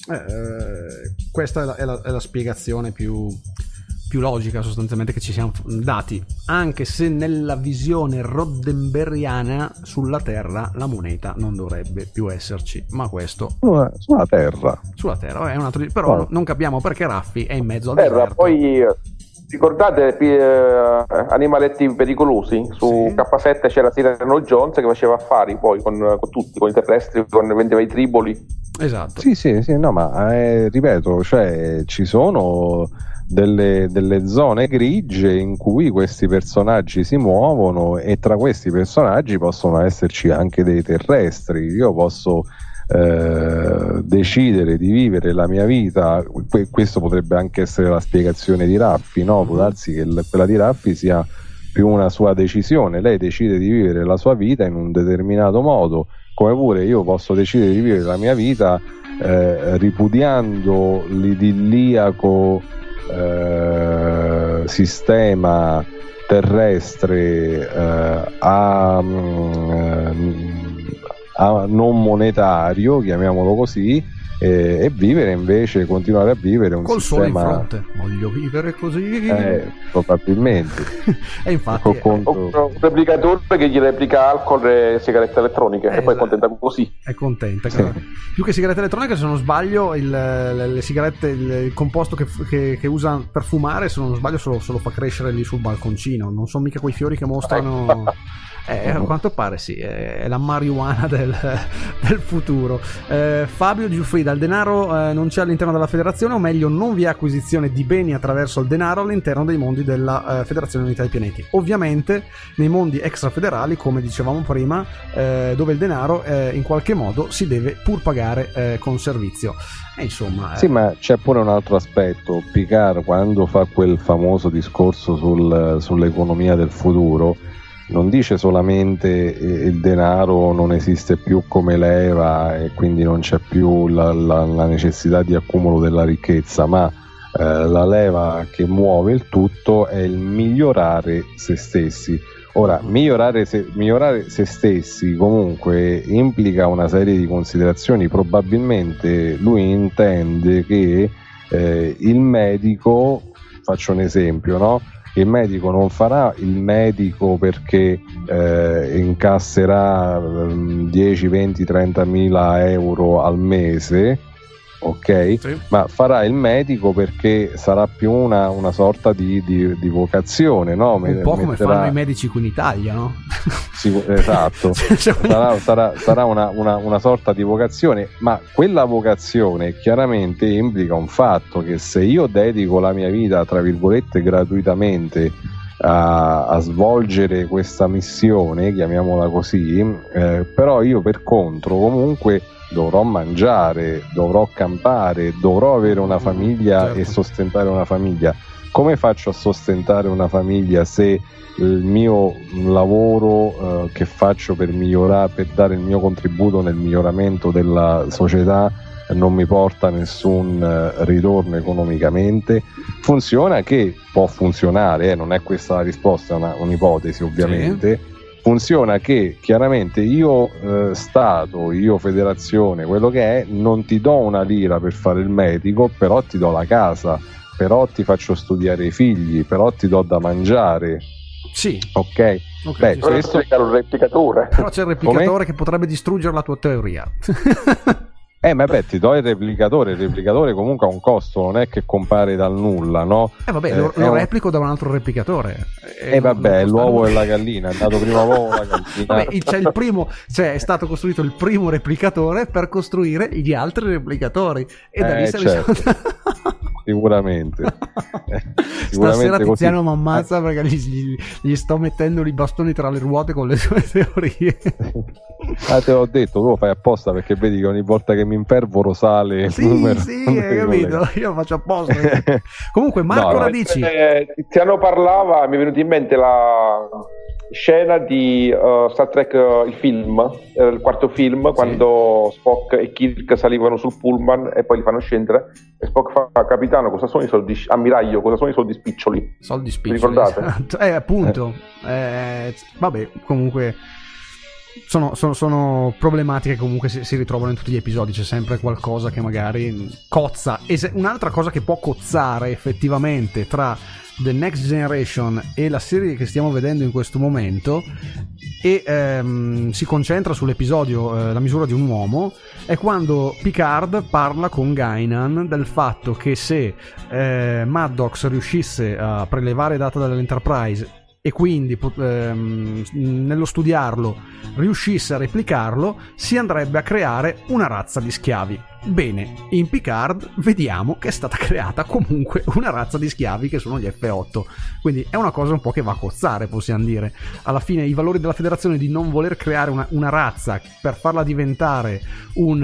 Speaker 2: Eh, questa è la, è, la, è la spiegazione più, più logica sostanzialmente che ci siamo dati, anche se nella visione roddenberriana sulla Terra la moneta non dovrebbe più esserci, ma questo
Speaker 3: sulla, sulla Terra
Speaker 2: sulla Terra è un altro, però oh. non capiamo perché Raffi è in mezzo al
Speaker 4: Terra,
Speaker 2: deserto.
Speaker 4: Poi ricordate eh, Animaletti pericolosi? Su sì. K sette c'era Cyrano Jones che faceva affari poi con, con tutti, con i terrestri, con vendeva i triboli.
Speaker 2: Esatto.
Speaker 3: Sì, sì, sì, no, ma eh, ripeto, cioè ci sono delle, delle zone grigie in cui questi personaggi si muovono, e tra questi personaggi possono esserci anche dei terrestri. Io posso Eh, decidere di vivere la mia vita, que- questo potrebbe anche essere la spiegazione di Raffi, no? Può darsi che l- quella di Raffi sia più una sua decisione, lei decide di vivere la sua vita in un determinato modo, come pure io posso decidere di vivere la mia vita eh, ripudiando l'idilliaco eh, sistema terrestre eh, a mm, non monetario, chiamiamolo così, e, e vivere invece, continuare a vivere un
Speaker 2: col
Speaker 3: sistema...
Speaker 2: sole in fronte, voglio vivere così,
Speaker 3: eh, probabilmente.
Speaker 2: E infatti è...
Speaker 3: conto...
Speaker 4: un replicatore che gli replica alcol e sigarette elettroniche,
Speaker 2: eh,
Speaker 4: e poi è
Speaker 2: esatto.
Speaker 4: contenta così,
Speaker 2: è contenta,
Speaker 3: sì.
Speaker 2: Più che sigarette elettroniche, se non sbaglio il, le, le sigarette, il, il composto che, che, che usa per fumare, se non sbaglio se lo, se lo fa crescere lì sul balconcino, non sono mica quei fiori che mostrano. Eh, a quanto pare sì, è la marijuana del, del futuro. eh, Fabio Giuffrida, il denaro eh, non c'è all'interno della federazione, o meglio non vi è acquisizione di beni attraverso il denaro all'interno dei mondi della eh, Federazione Unità dei Pianeti. Ovviamente nei mondi extrafederali, come dicevamo prima, eh, dove il denaro eh, in qualche modo si deve pur pagare eh, con servizio. E insomma, eh...
Speaker 3: Sì, ma c'è pure un altro aspetto. Picard, quando fa quel famoso discorso sul, sull'economia del futuro, non dice solamente il denaro non esiste più come leva e quindi non c'è più la, la, la necessità di accumulo della ricchezza, ma eh, la leva che muove il tutto è il migliorare se stessi. Ora, migliorare se, migliorare se stessi comunque implica una serie di considerazioni. Probabilmente lui intende che eh, il medico, faccio un esempio, no? Il medico non farà il medico perché eh, incasserà dieci, venti, trenta mila euro al mese, ok? Sì. Ma farà il medico perché sarà più una, una sorta di, di, di vocazione, no?
Speaker 2: Un
Speaker 3: M-
Speaker 2: po' come
Speaker 3: metterà...
Speaker 2: fanno i medici qui in Italia, no?
Speaker 3: Sì, esatto. sarà, sarà, sarà una, una, una sorta di vocazione, ma quella vocazione chiaramente implica un fatto: che se io dedico la mia vita, tra virgolette, gratuitamente a, a svolgere questa missione, chiamiamola così, eh, però io per contro comunque dovrò mangiare, dovrò campare, dovrò avere una famiglia, certo, e sostentare una famiglia. Come faccio a sostentare una famiglia se il mio lavoro eh, che faccio per migliorare, per dare il mio contributo nel miglioramento della società non mi porta nessun eh, ritorno economicamente? Funziona che può funzionare, eh, non è questa la risposta, è una, un'ipotesi ovviamente. Sì. Funziona che chiaramente io eh, Stato, io Federazione, quello che è, non ti do una lira per fare il medico, però ti do la casa, però ti faccio studiare i figli, però ti do da mangiare.
Speaker 2: Sì.
Speaker 3: Ok.
Speaker 4: Okay, beh, questo è un replicatore.
Speaker 2: Però c'è il replicatore Come? Che potrebbe distruggere la tua teoria.
Speaker 3: Eh, ma beh, ti do il replicatore. Il replicatore comunque ha un costo, non è che compare dal nulla, no?
Speaker 2: Eh, vabbè, eh, lo, lo replico un... da un altro replicatore.
Speaker 3: Eh, eh vabbè, l'uovo e la gallina. È andato prima l'uovo e la gallina.
Speaker 2: Vabbè, c'è il primo, cioè è stato costruito il primo replicatore per costruire gli altri replicatori. E da
Speaker 3: eh,
Speaker 2: lì si
Speaker 3: certo.
Speaker 2: Sicuramente.
Speaker 3: Eh,
Speaker 2: Stasera Tiziano mi ammazza perché gli, gli sto mettendo i bastoni tra le ruote con le sue teorie.
Speaker 3: Ah, te l'ho detto, tu lo fai apposta perché vedi che ogni volta che mi impervoro sale il
Speaker 2: sì,
Speaker 3: numero.
Speaker 2: Sì, sì, hai capito, io faccio apposta. Comunque Marco no, Radici.
Speaker 4: Eh, Tiziano parlava, mi è venuta in mente la scena di uh, Star Trek, uh, il film, uh, il quarto film, sì, quando Spock e Kirk salivano sul pullman e poi li fanno scendere e Spock fa: capitano, cosa sono i soldi, ammiraglio, cosa sono i soldi spiccioli?
Speaker 2: Soldi spiccioli,
Speaker 4: ricordate?
Speaker 2: Esatto. Eh, appunto, eh, vabbè, comunque sono, sono, sono problematiche che comunque si, si ritrovano in tutti gli episodi, c'è sempre qualcosa che magari cozza. Es- un'altra cosa che può cozzare effettivamente tra The Next Generation e la serie che stiamo vedendo in questo momento, e ehm, si concentra sull'episodio eh, La misura di un uomo, è quando Picard parla con Guinan del fatto che se eh, Maddox riuscisse a prelevare data dall'Enterprise e quindi ehm, nello studiarlo riuscisse a replicarlo, si andrebbe a creare una razza di schiavi. Bene, in Picard vediamo che è stata creata comunque una razza di schiavi che sono gli F otto, quindi è una cosa un po' che va a cozzare, possiamo dire. Alla fine i valori della federazione di non voler creare una, una razza per farla diventare un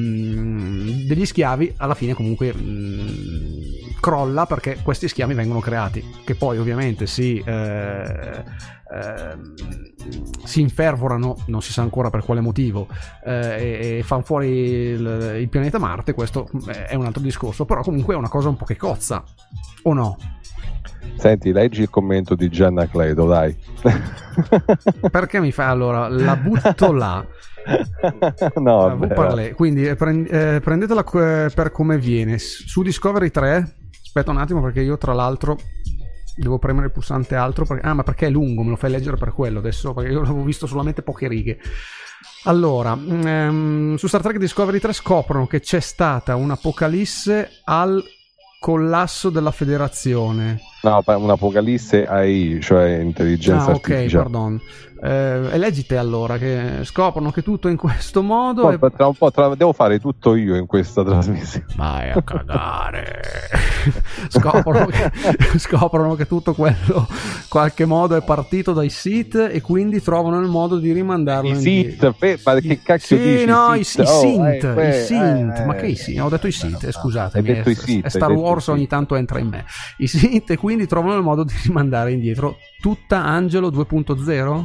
Speaker 2: um, degli schiavi, alla fine comunque um, crolla, perché questi schiavi vengono creati, che poi ovviamente si eh, eh, si infervorano, non si sa ancora per quale motivo, eh, e, e fanno fuori il, il pianeta Marte. Questo è un altro discorso, però comunque è una cosa un po' che cozza, o no?
Speaker 3: Senti, leggi il commento di Gianna Cledo, dai.
Speaker 2: Perché mi fa allora, la butto là.
Speaker 3: No,
Speaker 2: uh, parlez, quindi eh, prend- eh, prendetela eh, per come viene. Su Discovery tre, aspetta un attimo perché io tra l'altro devo premere il pulsante altro perché, ah ma perché è lungo, me lo fai leggere per quello adesso, perché io l'avevo visto solamente poche righe. Allora, ehm, su Star Trek Discovery tre scoprono che c'è stata un'apocalisse al collasso della federazione.
Speaker 3: No, un'apocalisse A I, cioè intelligenza
Speaker 2: ah, ok,
Speaker 3: artificiale.
Speaker 2: pardon. Eh, e leggite allora che scoprono che tutto in questo modo
Speaker 3: Poi,
Speaker 2: è...
Speaker 3: tra un po' tra... devo fare tutto io in questa trasmissione.
Speaker 2: Vai a cagare. scoprono, che, scoprono che tutto quello in qualche modo è partito dai Sith e quindi trovano il modo di rimandarlo
Speaker 3: I
Speaker 2: indietro.
Speaker 3: Sith, ma che cacchio
Speaker 2: sì,
Speaker 3: dici?
Speaker 2: no, i, i
Speaker 3: Sith?
Speaker 2: Synth,
Speaker 3: Oh, eh,
Speaker 2: i Synth,
Speaker 3: eh,
Speaker 2: ma che i Synth? Ho detto i Synth,
Speaker 3: no,
Speaker 2: scusatemi.
Speaker 3: hai detto
Speaker 2: è,
Speaker 3: i Synth,
Speaker 2: è Star
Speaker 3: hai detto
Speaker 2: Wars, ogni tanto entra in me. I Synth e quindi trovano il modo di rimandare indietro tutta Angelo due punto zero?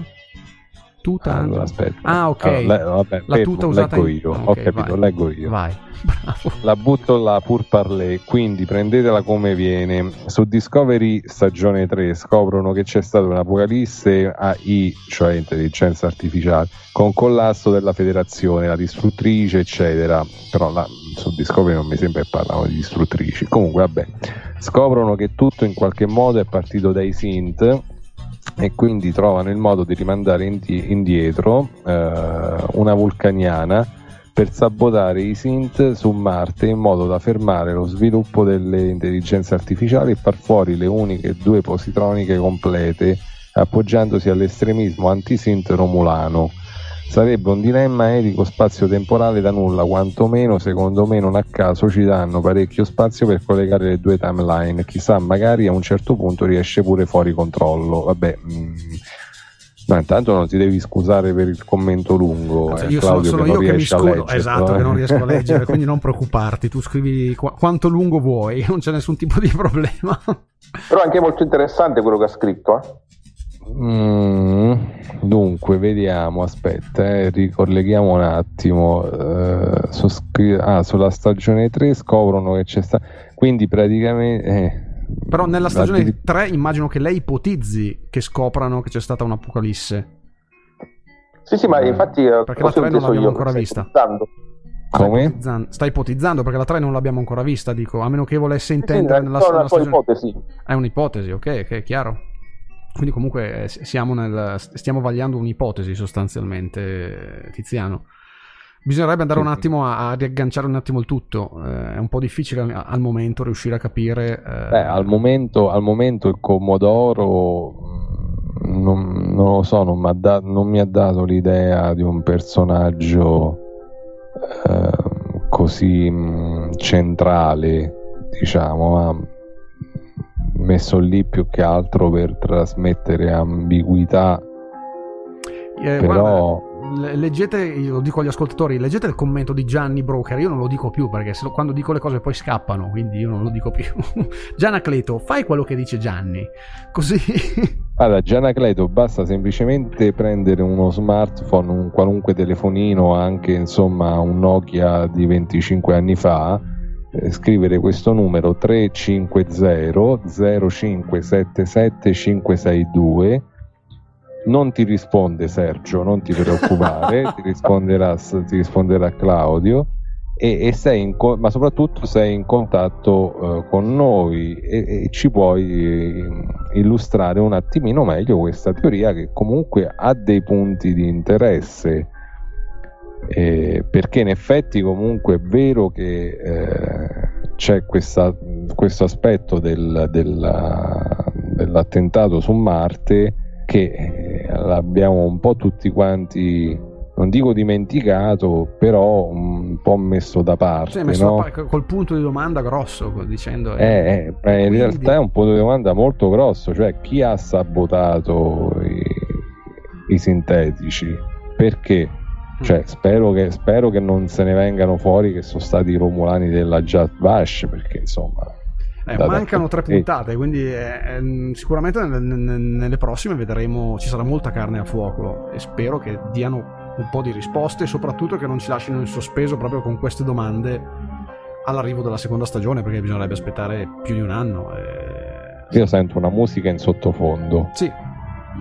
Speaker 2: Tuta
Speaker 3: allora, aspetta.
Speaker 2: Ah, ok.
Speaker 3: Allora, le, vabbè,
Speaker 2: la
Speaker 3: fermo,
Speaker 2: tuta usata
Speaker 3: leggo
Speaker 2: in...
Speaker 3: io.
Speaker 2: okay,
Speaker 3: Ho capito,
Speaker 2: vai.
Speaker 3: leggo io.
Speaker 2: Vai. Bravo.
Speaker 3: La butto là pur parlé, quindi prendetela come viene. Su Discovery stagione tre scoprono che c'è stata un'apocalisse A I, cioè intelligenza artificiale, con collasso della federazione, la distruttrice, eccetera. Però là, su Discovery non mi sembra che parlavano di distruttrici. Comunque, vabbè, scoprono che tutto in qualche modo è partito dai Synth e quindi trovano il modo di rimandare indi- indietro eh, una vulcaniana per sabotare i Synth su Marte in modo da fermare lo sviluppo delle intelligenze artificiali e far fuori le uniche due positroniche complete, appoggiandosi all'estremismo anti-Synth romulano. Sarebbe un dilemma etico spazio-temporale da nulla, quantomeno secondo me non a caso ci danno parecchio spazio per collegare le due timeline, chissà magari a un certo punto riesce pure fuori controllo. Vabbè, mh, no, intanto non ti devi scusare per il commento lungo.
Speaker 2: Cioè,
Speaker 3: eh,
Speaker 2: io
Speaker 3: Claudio,
Speaker 2: sono, sono
Speaker 3: che non
Speaker 2: io che mi
Speaker 3: riesce a
Speaker 2: scudo,
Speaker 3: leggere,
Speaker 2: esatto,
Speaker 3: eh.
Speaker 2: che non riesco a leggere, quindi non preoccuparti, tu scrivi qu- quanto lungo vuoi, non c'è nessun tipo di problema.
Speaker 4: Però anche molto interessante quello che ha scritto, eh.
Speaker 3: Mm, dunque vediamo, aspetta, eh, ricolleghiamo un attimo. Eh, su scri- ah, sulla stagione tre scoprono che c'è sta, quindi praticamente eh,
Speaker 2: però nella stagione
Speaker 3: di...
Speaker 2: tre immagino che lei ipotizzi che scoprano che c'è stata un'apocalisse.
Speaker 4: Sì, sì, ma infatti
Speaker 2: perché la tre non l'abbiamo ancora vista.
Speaker 4: Ipotizzando.
Speaker 3: Come?
Speaker 2: Sta ipotizzando, sta ipotizzando perché la tre non l'abbiamo ancora vista, dico, a meno che volesse intendere
Speaker 4: sì,
Speaker 2: nella,
Speaker 4: no,
Speaker 2: nella stagione.
Speaker 4: ipotesi.
Speaker 2: È un'ipotesi, ok, ok, è chiaro. Quindi comunque siamo nel, stiamo vagliando un'ipotesi sostanzialmente, Tiziano. Bisognerebbe andare un attimo a, a riagganciare un attimo il tutto. Eh, è un po' difficile al momento riuscire a capire. Eh...
Speaker 3: Beh, al momento, al momento il Commodoro non, non lo so, non mi ha da, non mi ha dato l'idea di un personaggio eh, così mh, centrale, diciamo, ma messo lì più che altro per trasmettere ambiguità.
Speaker 2: Eh,
Speaker 3: però
Speaker 2: guarda, leggete, io lo dico agli ascoltatori, leggete il commento di Gianni Broker, io non lo dico più perché se lo, quando dico le cose poi scappano, quindi io non lo dico più. Gianacleto, fai quello che dice Gianni, così.
Speaker 3: Allora, Gianacleto, basta semplicemente prendere uno smartphone, un qualunque telefonino, anche insomma un Nokia di venticinque anni fa, eh, scrivere questo numero tre cinque zero zero cinque sette sette cinque sei due. Non ti risponde Sergio, non ti preoccupare, ti risponderà, ti risponderà Claudio, e, e sei in, ma soprattutto sei in contatto eh, con noi e, e ci puoi eh, illustrare un attimino meglio questa teoria che comunque ha dei punti di interesse, eh, perché in effetti comunque è vero che eh, c'è questa, questo aspetto del, della, dell'attentato su Marte che l'abbiamo un po' tutti quanti, non dico dimenticato, però un po' messo da parte,
Speaker 2: sì, messo
Speaker 3: no?
Speaker 2: da, col punto di domanda grosso, dicendo
Speaker 3: eh, eh, eh, quindi... in realtà è un punto di domanda molto grosso, cioè chi ha sabotato i, i sintetici, perché? Cioè, spero che, spero che non se ne vengano fuori che sono stati i romulani della Jat Vash, perché insomma
Speaker 2: Eh, mancano tre puntate, quindi eh, eh, sicuramente nelle, nelle prossime vedremo, ci sarà molta carne a fuoco e spero che diano un po' di risposte e soprattutto che non ci lasciano in sospeso proprio con queste domande all'arrivo della seconda stagione, perché bisognerebbe aspettare più di un anno. E...
Speaker 3: Io sento una musica in sottofondo.
Speaker 2: Sì,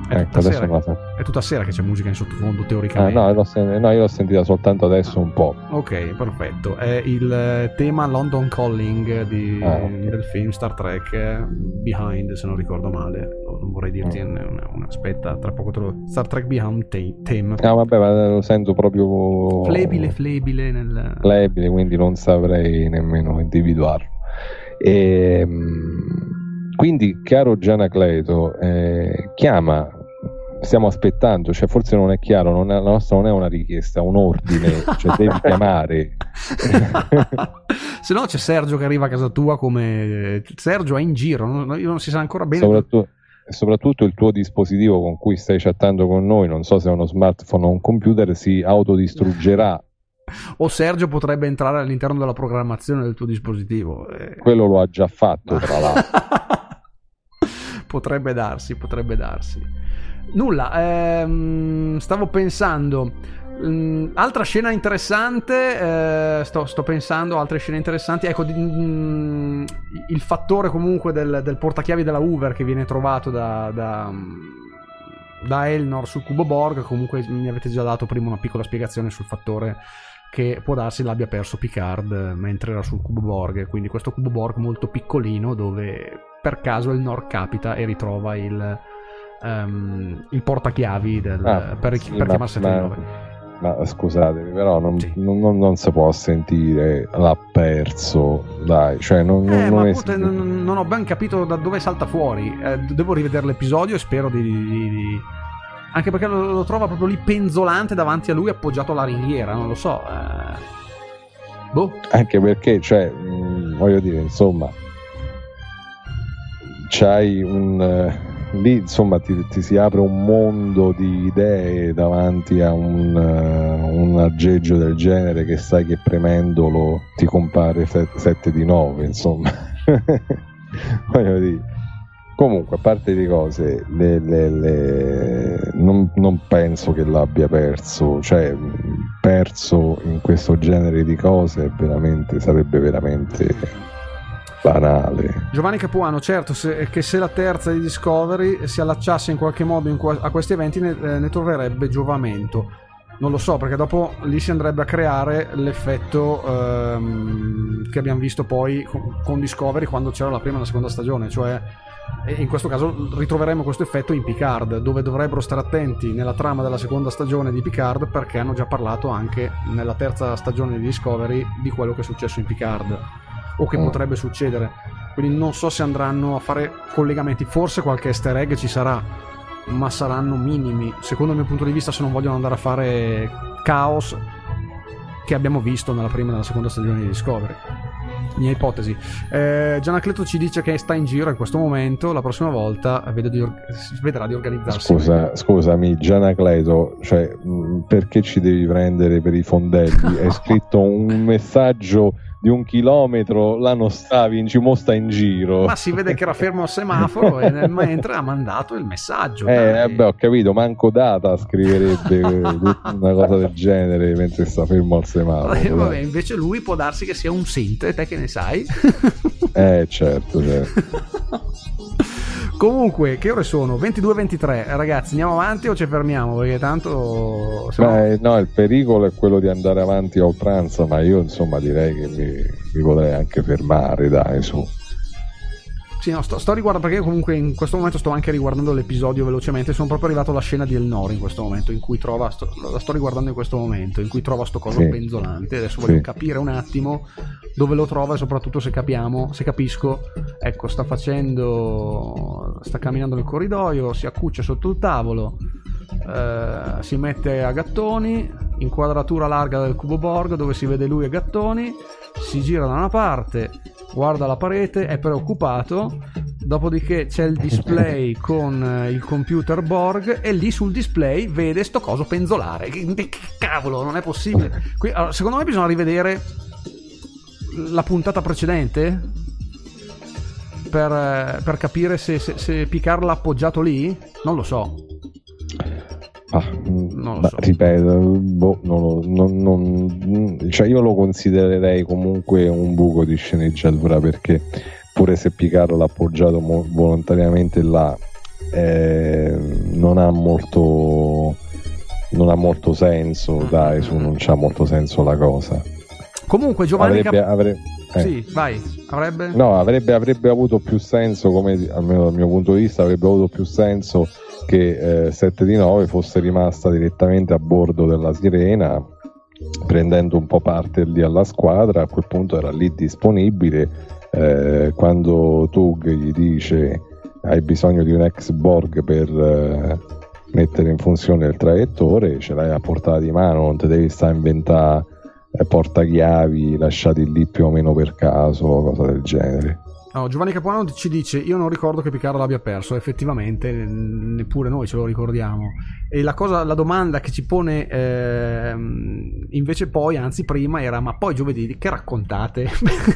Speaker 2: È
Speaker 3: ecco,
Speaker 2: tutta,
Speaker 3: adesso
Speaker 2: sera,
Speaker 3: la...
Speaker 2: è tutta sera che c'è musica in sottofondo,
Speaker 3: ah,
Speaker 2: teoricamente.
Speaker 3: no, l'ho sen- no, io l'ho sentita soltanto adesso un po'.
Speaker 2: Ok, perfetto. È il tema London Calling di,
Speaker 3: ah, okay.
Speaker 2: del film Star Trek Behind, se non ricordo male. Non vorrei dirti mm. una, una aspetta, tra poco te lo... Star Trek Behind Theme.
Speaker 3: No, vabbè, ma lo sento proprio
Speaker 2: flebile, flebile nel...
Speaker 3: flebile, quindi non saprei nemmeno individuarlo. E quindi, caro Gianacleto, eh, chiama, stiamo aspettando, cioè forse non è chiaro, non è, la nostra non è una richiesta, è un ordine, cioè devi chiamare.
Speaker 2: Se no c'è Sergio che arriva a casa tua, come Sergio è in giro, non, non si sa ancora bene.
Speaker 3: Soprattutto, soprattutto il tuo dispositivo con cui stai chattando con noi, non so se è uno smartphone o un computer, si autodistruggerà.
Speaker 2: O Sergio potrebbe entrare all'interno della programmazione del tuo dispositivo.
Speaker 3: Quello lo ha già fatto, tra l'altro.
Speaker 2: Potrebbe darsi, potrebbe darsi. Nulla, ehm, stavo pensando, mh, altra scena interessante, eh, sto, sto pensando, altre scene interessanti, ecco, mh, il fattore comunque del, del portachiavi della Hoover che viene trovato da... da da Elnor sul cubo Borg. Comunque mi avete già dato prima una piccola spiegazione sul fattore che può darsi l'abbia perso Picard mentre era sul cubo Borg, quindi questo cubo Borg molto piccolino dove per caso Elnor capita e ritrova il, um, il portachiavi del,
Speaker 3: ah,
Speaker 2: per,
Speaker 3: sì,
Speaker 2: per chiamare settantanove.
Speaker 3: Ma, ma scusatemi, però non,
Speaker 2: sì.
Speaker 3: non, non, non si può sentire l'ha perso, dai, cioè non,
Speaker 2: eh,
Speaker 3: non,
Speaker 2: ma
Speaker 3: è...
Speaker 2: pute, non, non ho ben capito da dove salta fuori, eh, devo rivedere l'episodio e spero di, di, di... anche perché lo, lo trova proprio lì penzolante davanti a lui appoggiato alla ringhiera, non lo so, eh... boh.
Speaker 3: Anche perché, cioè, mh, voglio dire, insomma, c'hai un... Uh... lì insomma ti, ti si apre un mondo di idee davanti a un, uh, un aggeggio del genere che sai che premendolo ti compare sette di nove, insomma. Voglio dire, comunque, a parte di cose, le, le, le... Non, non penso che l'abbia perso, cioè perso in questo genere di cose veramente sarebbe veramente banale.
Speaker 2: Giovanni Capuano, certo, se, che se la terza di Discovery si allacciasse in qualche modo in qua, a questi eventi ne, eh, ne troverebbe giovamento. Non lo so, perché dopo lì si andrebbe a creare l'effetto ehm, che abbiamo visto poi con, con Discovery quando c'era la prima e la seconda stagione, cioè in questo caso ritroveremo questo effetto in Picard, dove dovrebbero stare attenti nella trama della seconda stagione di Picard, perché hanno già parlato anche nella terza stagione di Discovery di quello che è successo in Picard o che mm. potrebbe succedere, quindi non so se andranno a fare collegamenti, forse qualche easter egg ci sarà, ma saranno minimi secondo il mio punto di vista, se non vogliono andare a fare caos che abbiamo visto nella prima e nella seconda stagione di Discovery. Mia ipotesi. eh, Gianacleto ci dice che sta in giro in questo momento, la prossima volta vedo di or- si vedrà di organizzarsi.
Speaker 3: Scusa, scusami Gianacleto, cioè mh, perché ci devi prendere per i fondelli? Hai scritto un messaggio di un chilometro, là non stavi, in cimo sta in giro.
Speaker 2: Ma si vede che era fermo al semaforo e nel mentre ha mandato il messaggio.
Speaker 3: Eh, eh beh, ho capito, manco Data scriverebbe una cosa del genere mentre sta fermo al semaforo.
Speaker 2: Eh, vabbè, invece lui può darsi che sia un synth, te che ne sai?
Speaker 3: Eh, certo, certo.
Speaker 2: Comunque, che ore sono? ventidue e ventitré, ragazzi, andiamo avanti o ci fermiamo? Perché tanto...
Speaker 3: Beh, no, il pericolo è quello di andare avanti a oltranza, ma io insomma direi che mi, mi potrei anche fermare, dai, su.
Speaker 2: Sì, no, sto, sto riguardando, perché io comunque in questo momento sto anche riguardando l'episodio velocemente, sono proprio arrivato alla scena di Elnor in questo momento, in cui trova, sto, la sto riguardando in questo momento, in cui trova sto coso
Speaker 3: sì.
Speaker 2: penzolante, adesso voglio
Speaker 3: sì. capire
Speaker 2: un attimo dove lo trova e soprattutto se capiamo, se capisco, ecco, sta facendo, sta camminando nel corridoio, si accuccia sotto il tavolo, eh, si mette a gattoni, inquadratura larga del cubo Borg dove si vede lui a gattoni, si gira da una parte, guarda la parete, è preoccupato, dopodiché c'è il display con il computer Borg e lì sul display vede sto coso penzolare. Che, che cavolo, non è possibile. Qui, allora, secondo me bisogna rivedere la puntata precedente per, per capire se, se, se Picard l'ha appoggiato lì, non lo so.
Speaker 3: Ah,
Speaker 2: non lo
Speaker 3: ma,
Speaker 2: so.
Speaker 3: Ripeto, boh, non, non, non, cioè io lo considererei comunque un buco di sceneggiatura, perché pure se Picard l'ha appoggiato mo- volontariamente là, eh, non ha molto non ha molto senso, dai, su, non c'ha molto senso la cosa.
Speaker 2: Comunque Giovanni
Speaker 3: avrebbe,
Speaker 2: Cap-
Speaker 3: avrebbe eh.
Speaker 2: Sì, vai, avrebbe?
Speaker 3: No, avrebbe, avrebbe avuto più senso, come almeno dal mio punto di vista, avrebbe avuto più senso che eh, sette di nove fosse rimasta direttamente a bordo della Sirena, prendendo un po' parte lì alla squadra. A quel punto era lì disponibile. Eh, quando Tug gli dice hai bisogno di un ex Borg per eh, mettere in funzione il traghettore, ce l'hai a portata di mano, non te devi stare a inventare portachiavi lasciati lì più o meno per caso o cosa del genere.
Speaker 2: No, Giovanni Capuano ci dice io non ricordo che Picard l'abbia perso, effettivamente neppure noi ce lo ricordiamo, e la cosa, la domanda che ci pone eh, invece poi, anzi prima, era ma poi giovedì che raccontate?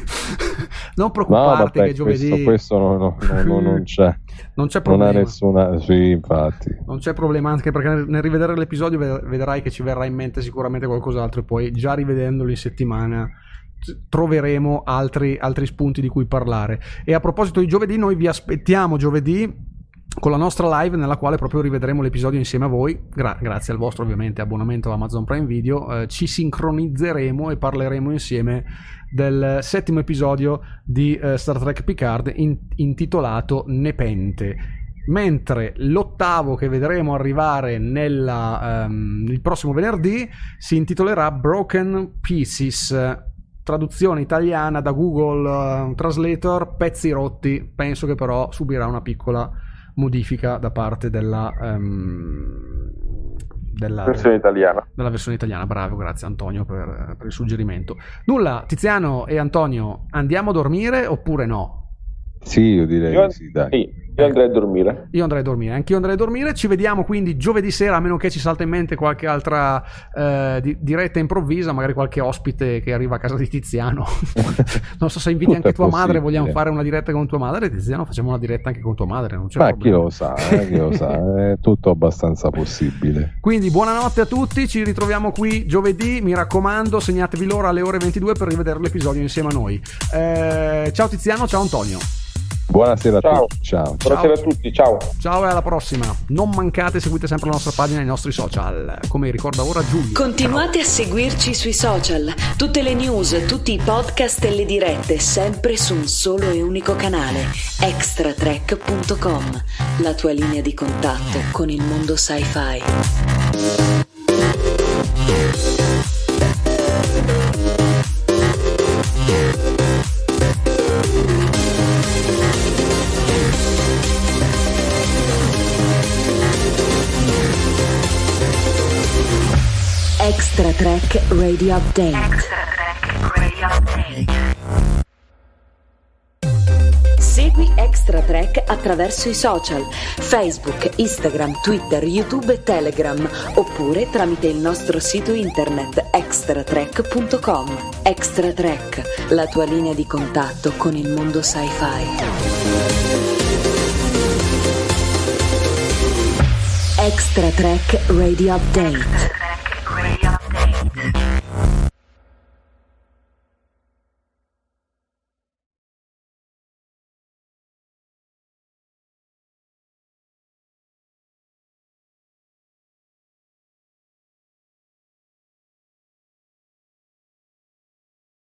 Speaker 2: Non preoccuparti, no, vabbè, che giovedì
Speaker 3: questo, questo no, no, no, no, non c'è
Speaker 2: non c'è problema,
Speaker 3: non ha nessuna, sì, infatti
Speaker 2: non c'è problema, anche perché nel rivedere l'episodio vedrai che ci verrà in mente sicuramente qualcos'altro, e poi già rivedendolo in settimana troveremo altri, altri spunti di cui parlare. E a proposito di giovedì, noi vi aspettiamo giovedì con la nostra live nella quale proprio rivedremo l'episodio insieme a voi. Gra- grazie al vostro ovviamente abbonamento a Amazon Prime Video, eh, ci sincronizzeremo e parleremo insieme del settimo episodio di eh, Star Trek Picard in- intitolato Nepente, mentre l'ottavo che vedremo arrivare nella, um, il prossimo venerdì si intitolerà Broken Pieces, traduzione italiana da Google uh, Translator, pezzi rotti. Penso che però subirà una piccola modifica da parte della, um, della
Speaker 4: versione italiana.
Speaker 2: Della versione italiana. Bravo, grazie Antonio per, per il suggerimento. Nulla, Tiziano e Antonio, andiamo a dormire oppure no?
Speaker 3: Sì, io direi
Speaker 4: io,
Speaker 3: di sì, dai.
Speaker 4: Sì, io andrei a dormire.
Speaker 2: Io andrei a dormire, anch'io andrei a dormire. Ci vediamo quindi giovedì sera, a meno che ci salta in mente qualche altra eh, di, diretta improvvisa, magari qualche ospite che arriva a casa di Tiziano. Non so se inviti
Speaker 3: Tutto
Speaker 2: anche tua
Speaker 3: possibile.
Speaker 2: madre, vogliamo fare una diretta con tua madre. Tiziano, facciamo una diretta anche con tua madre, non c'è
Speaker 3: Ma
Speaker 2: problema.
Speaker 3: chi lo sa, eh, chi lo sa, è tutto abbastanza possibile.
Speaker 2: Quindi buonanotte a tutti, ci ritroviamo qui giovedì, mi raccomando, segnatevi l'ora alle ore ventidue per rivedere l'episodio insieme a noi. Eh, ciao Tiziano, ciao Antonio.
Speaker 3: Buonasera a
Speaker 4: ciao.
Speaker 3: tutti, ciao.
Speaker 4: Buonasera a tutti, ciao.
Speaker 2: Ciao e alla prossima. Non mancate, seguite sempre la nostra pagina e i nostri social. Come ricorda ora Giulia.
Speaker 1: Continuate a seguirci sui social. Tutte le news, tutti i podcast e le dirette, sempre su un solo e unico canale. extra trek punto com, la tua linea di contatto con il mondo sci-fi. Extra Trek Radio Update. Extra Trek Radio Update. Segui Extra Trek attraverso i social Facebook, Instagram, Twitter, YouTube e Telegram, oppure tramite il nostro sito internet extra trek punto com. Extra Trek, la tua linea di contatto con il mondo sci-fi. Extra Trek Radio Update.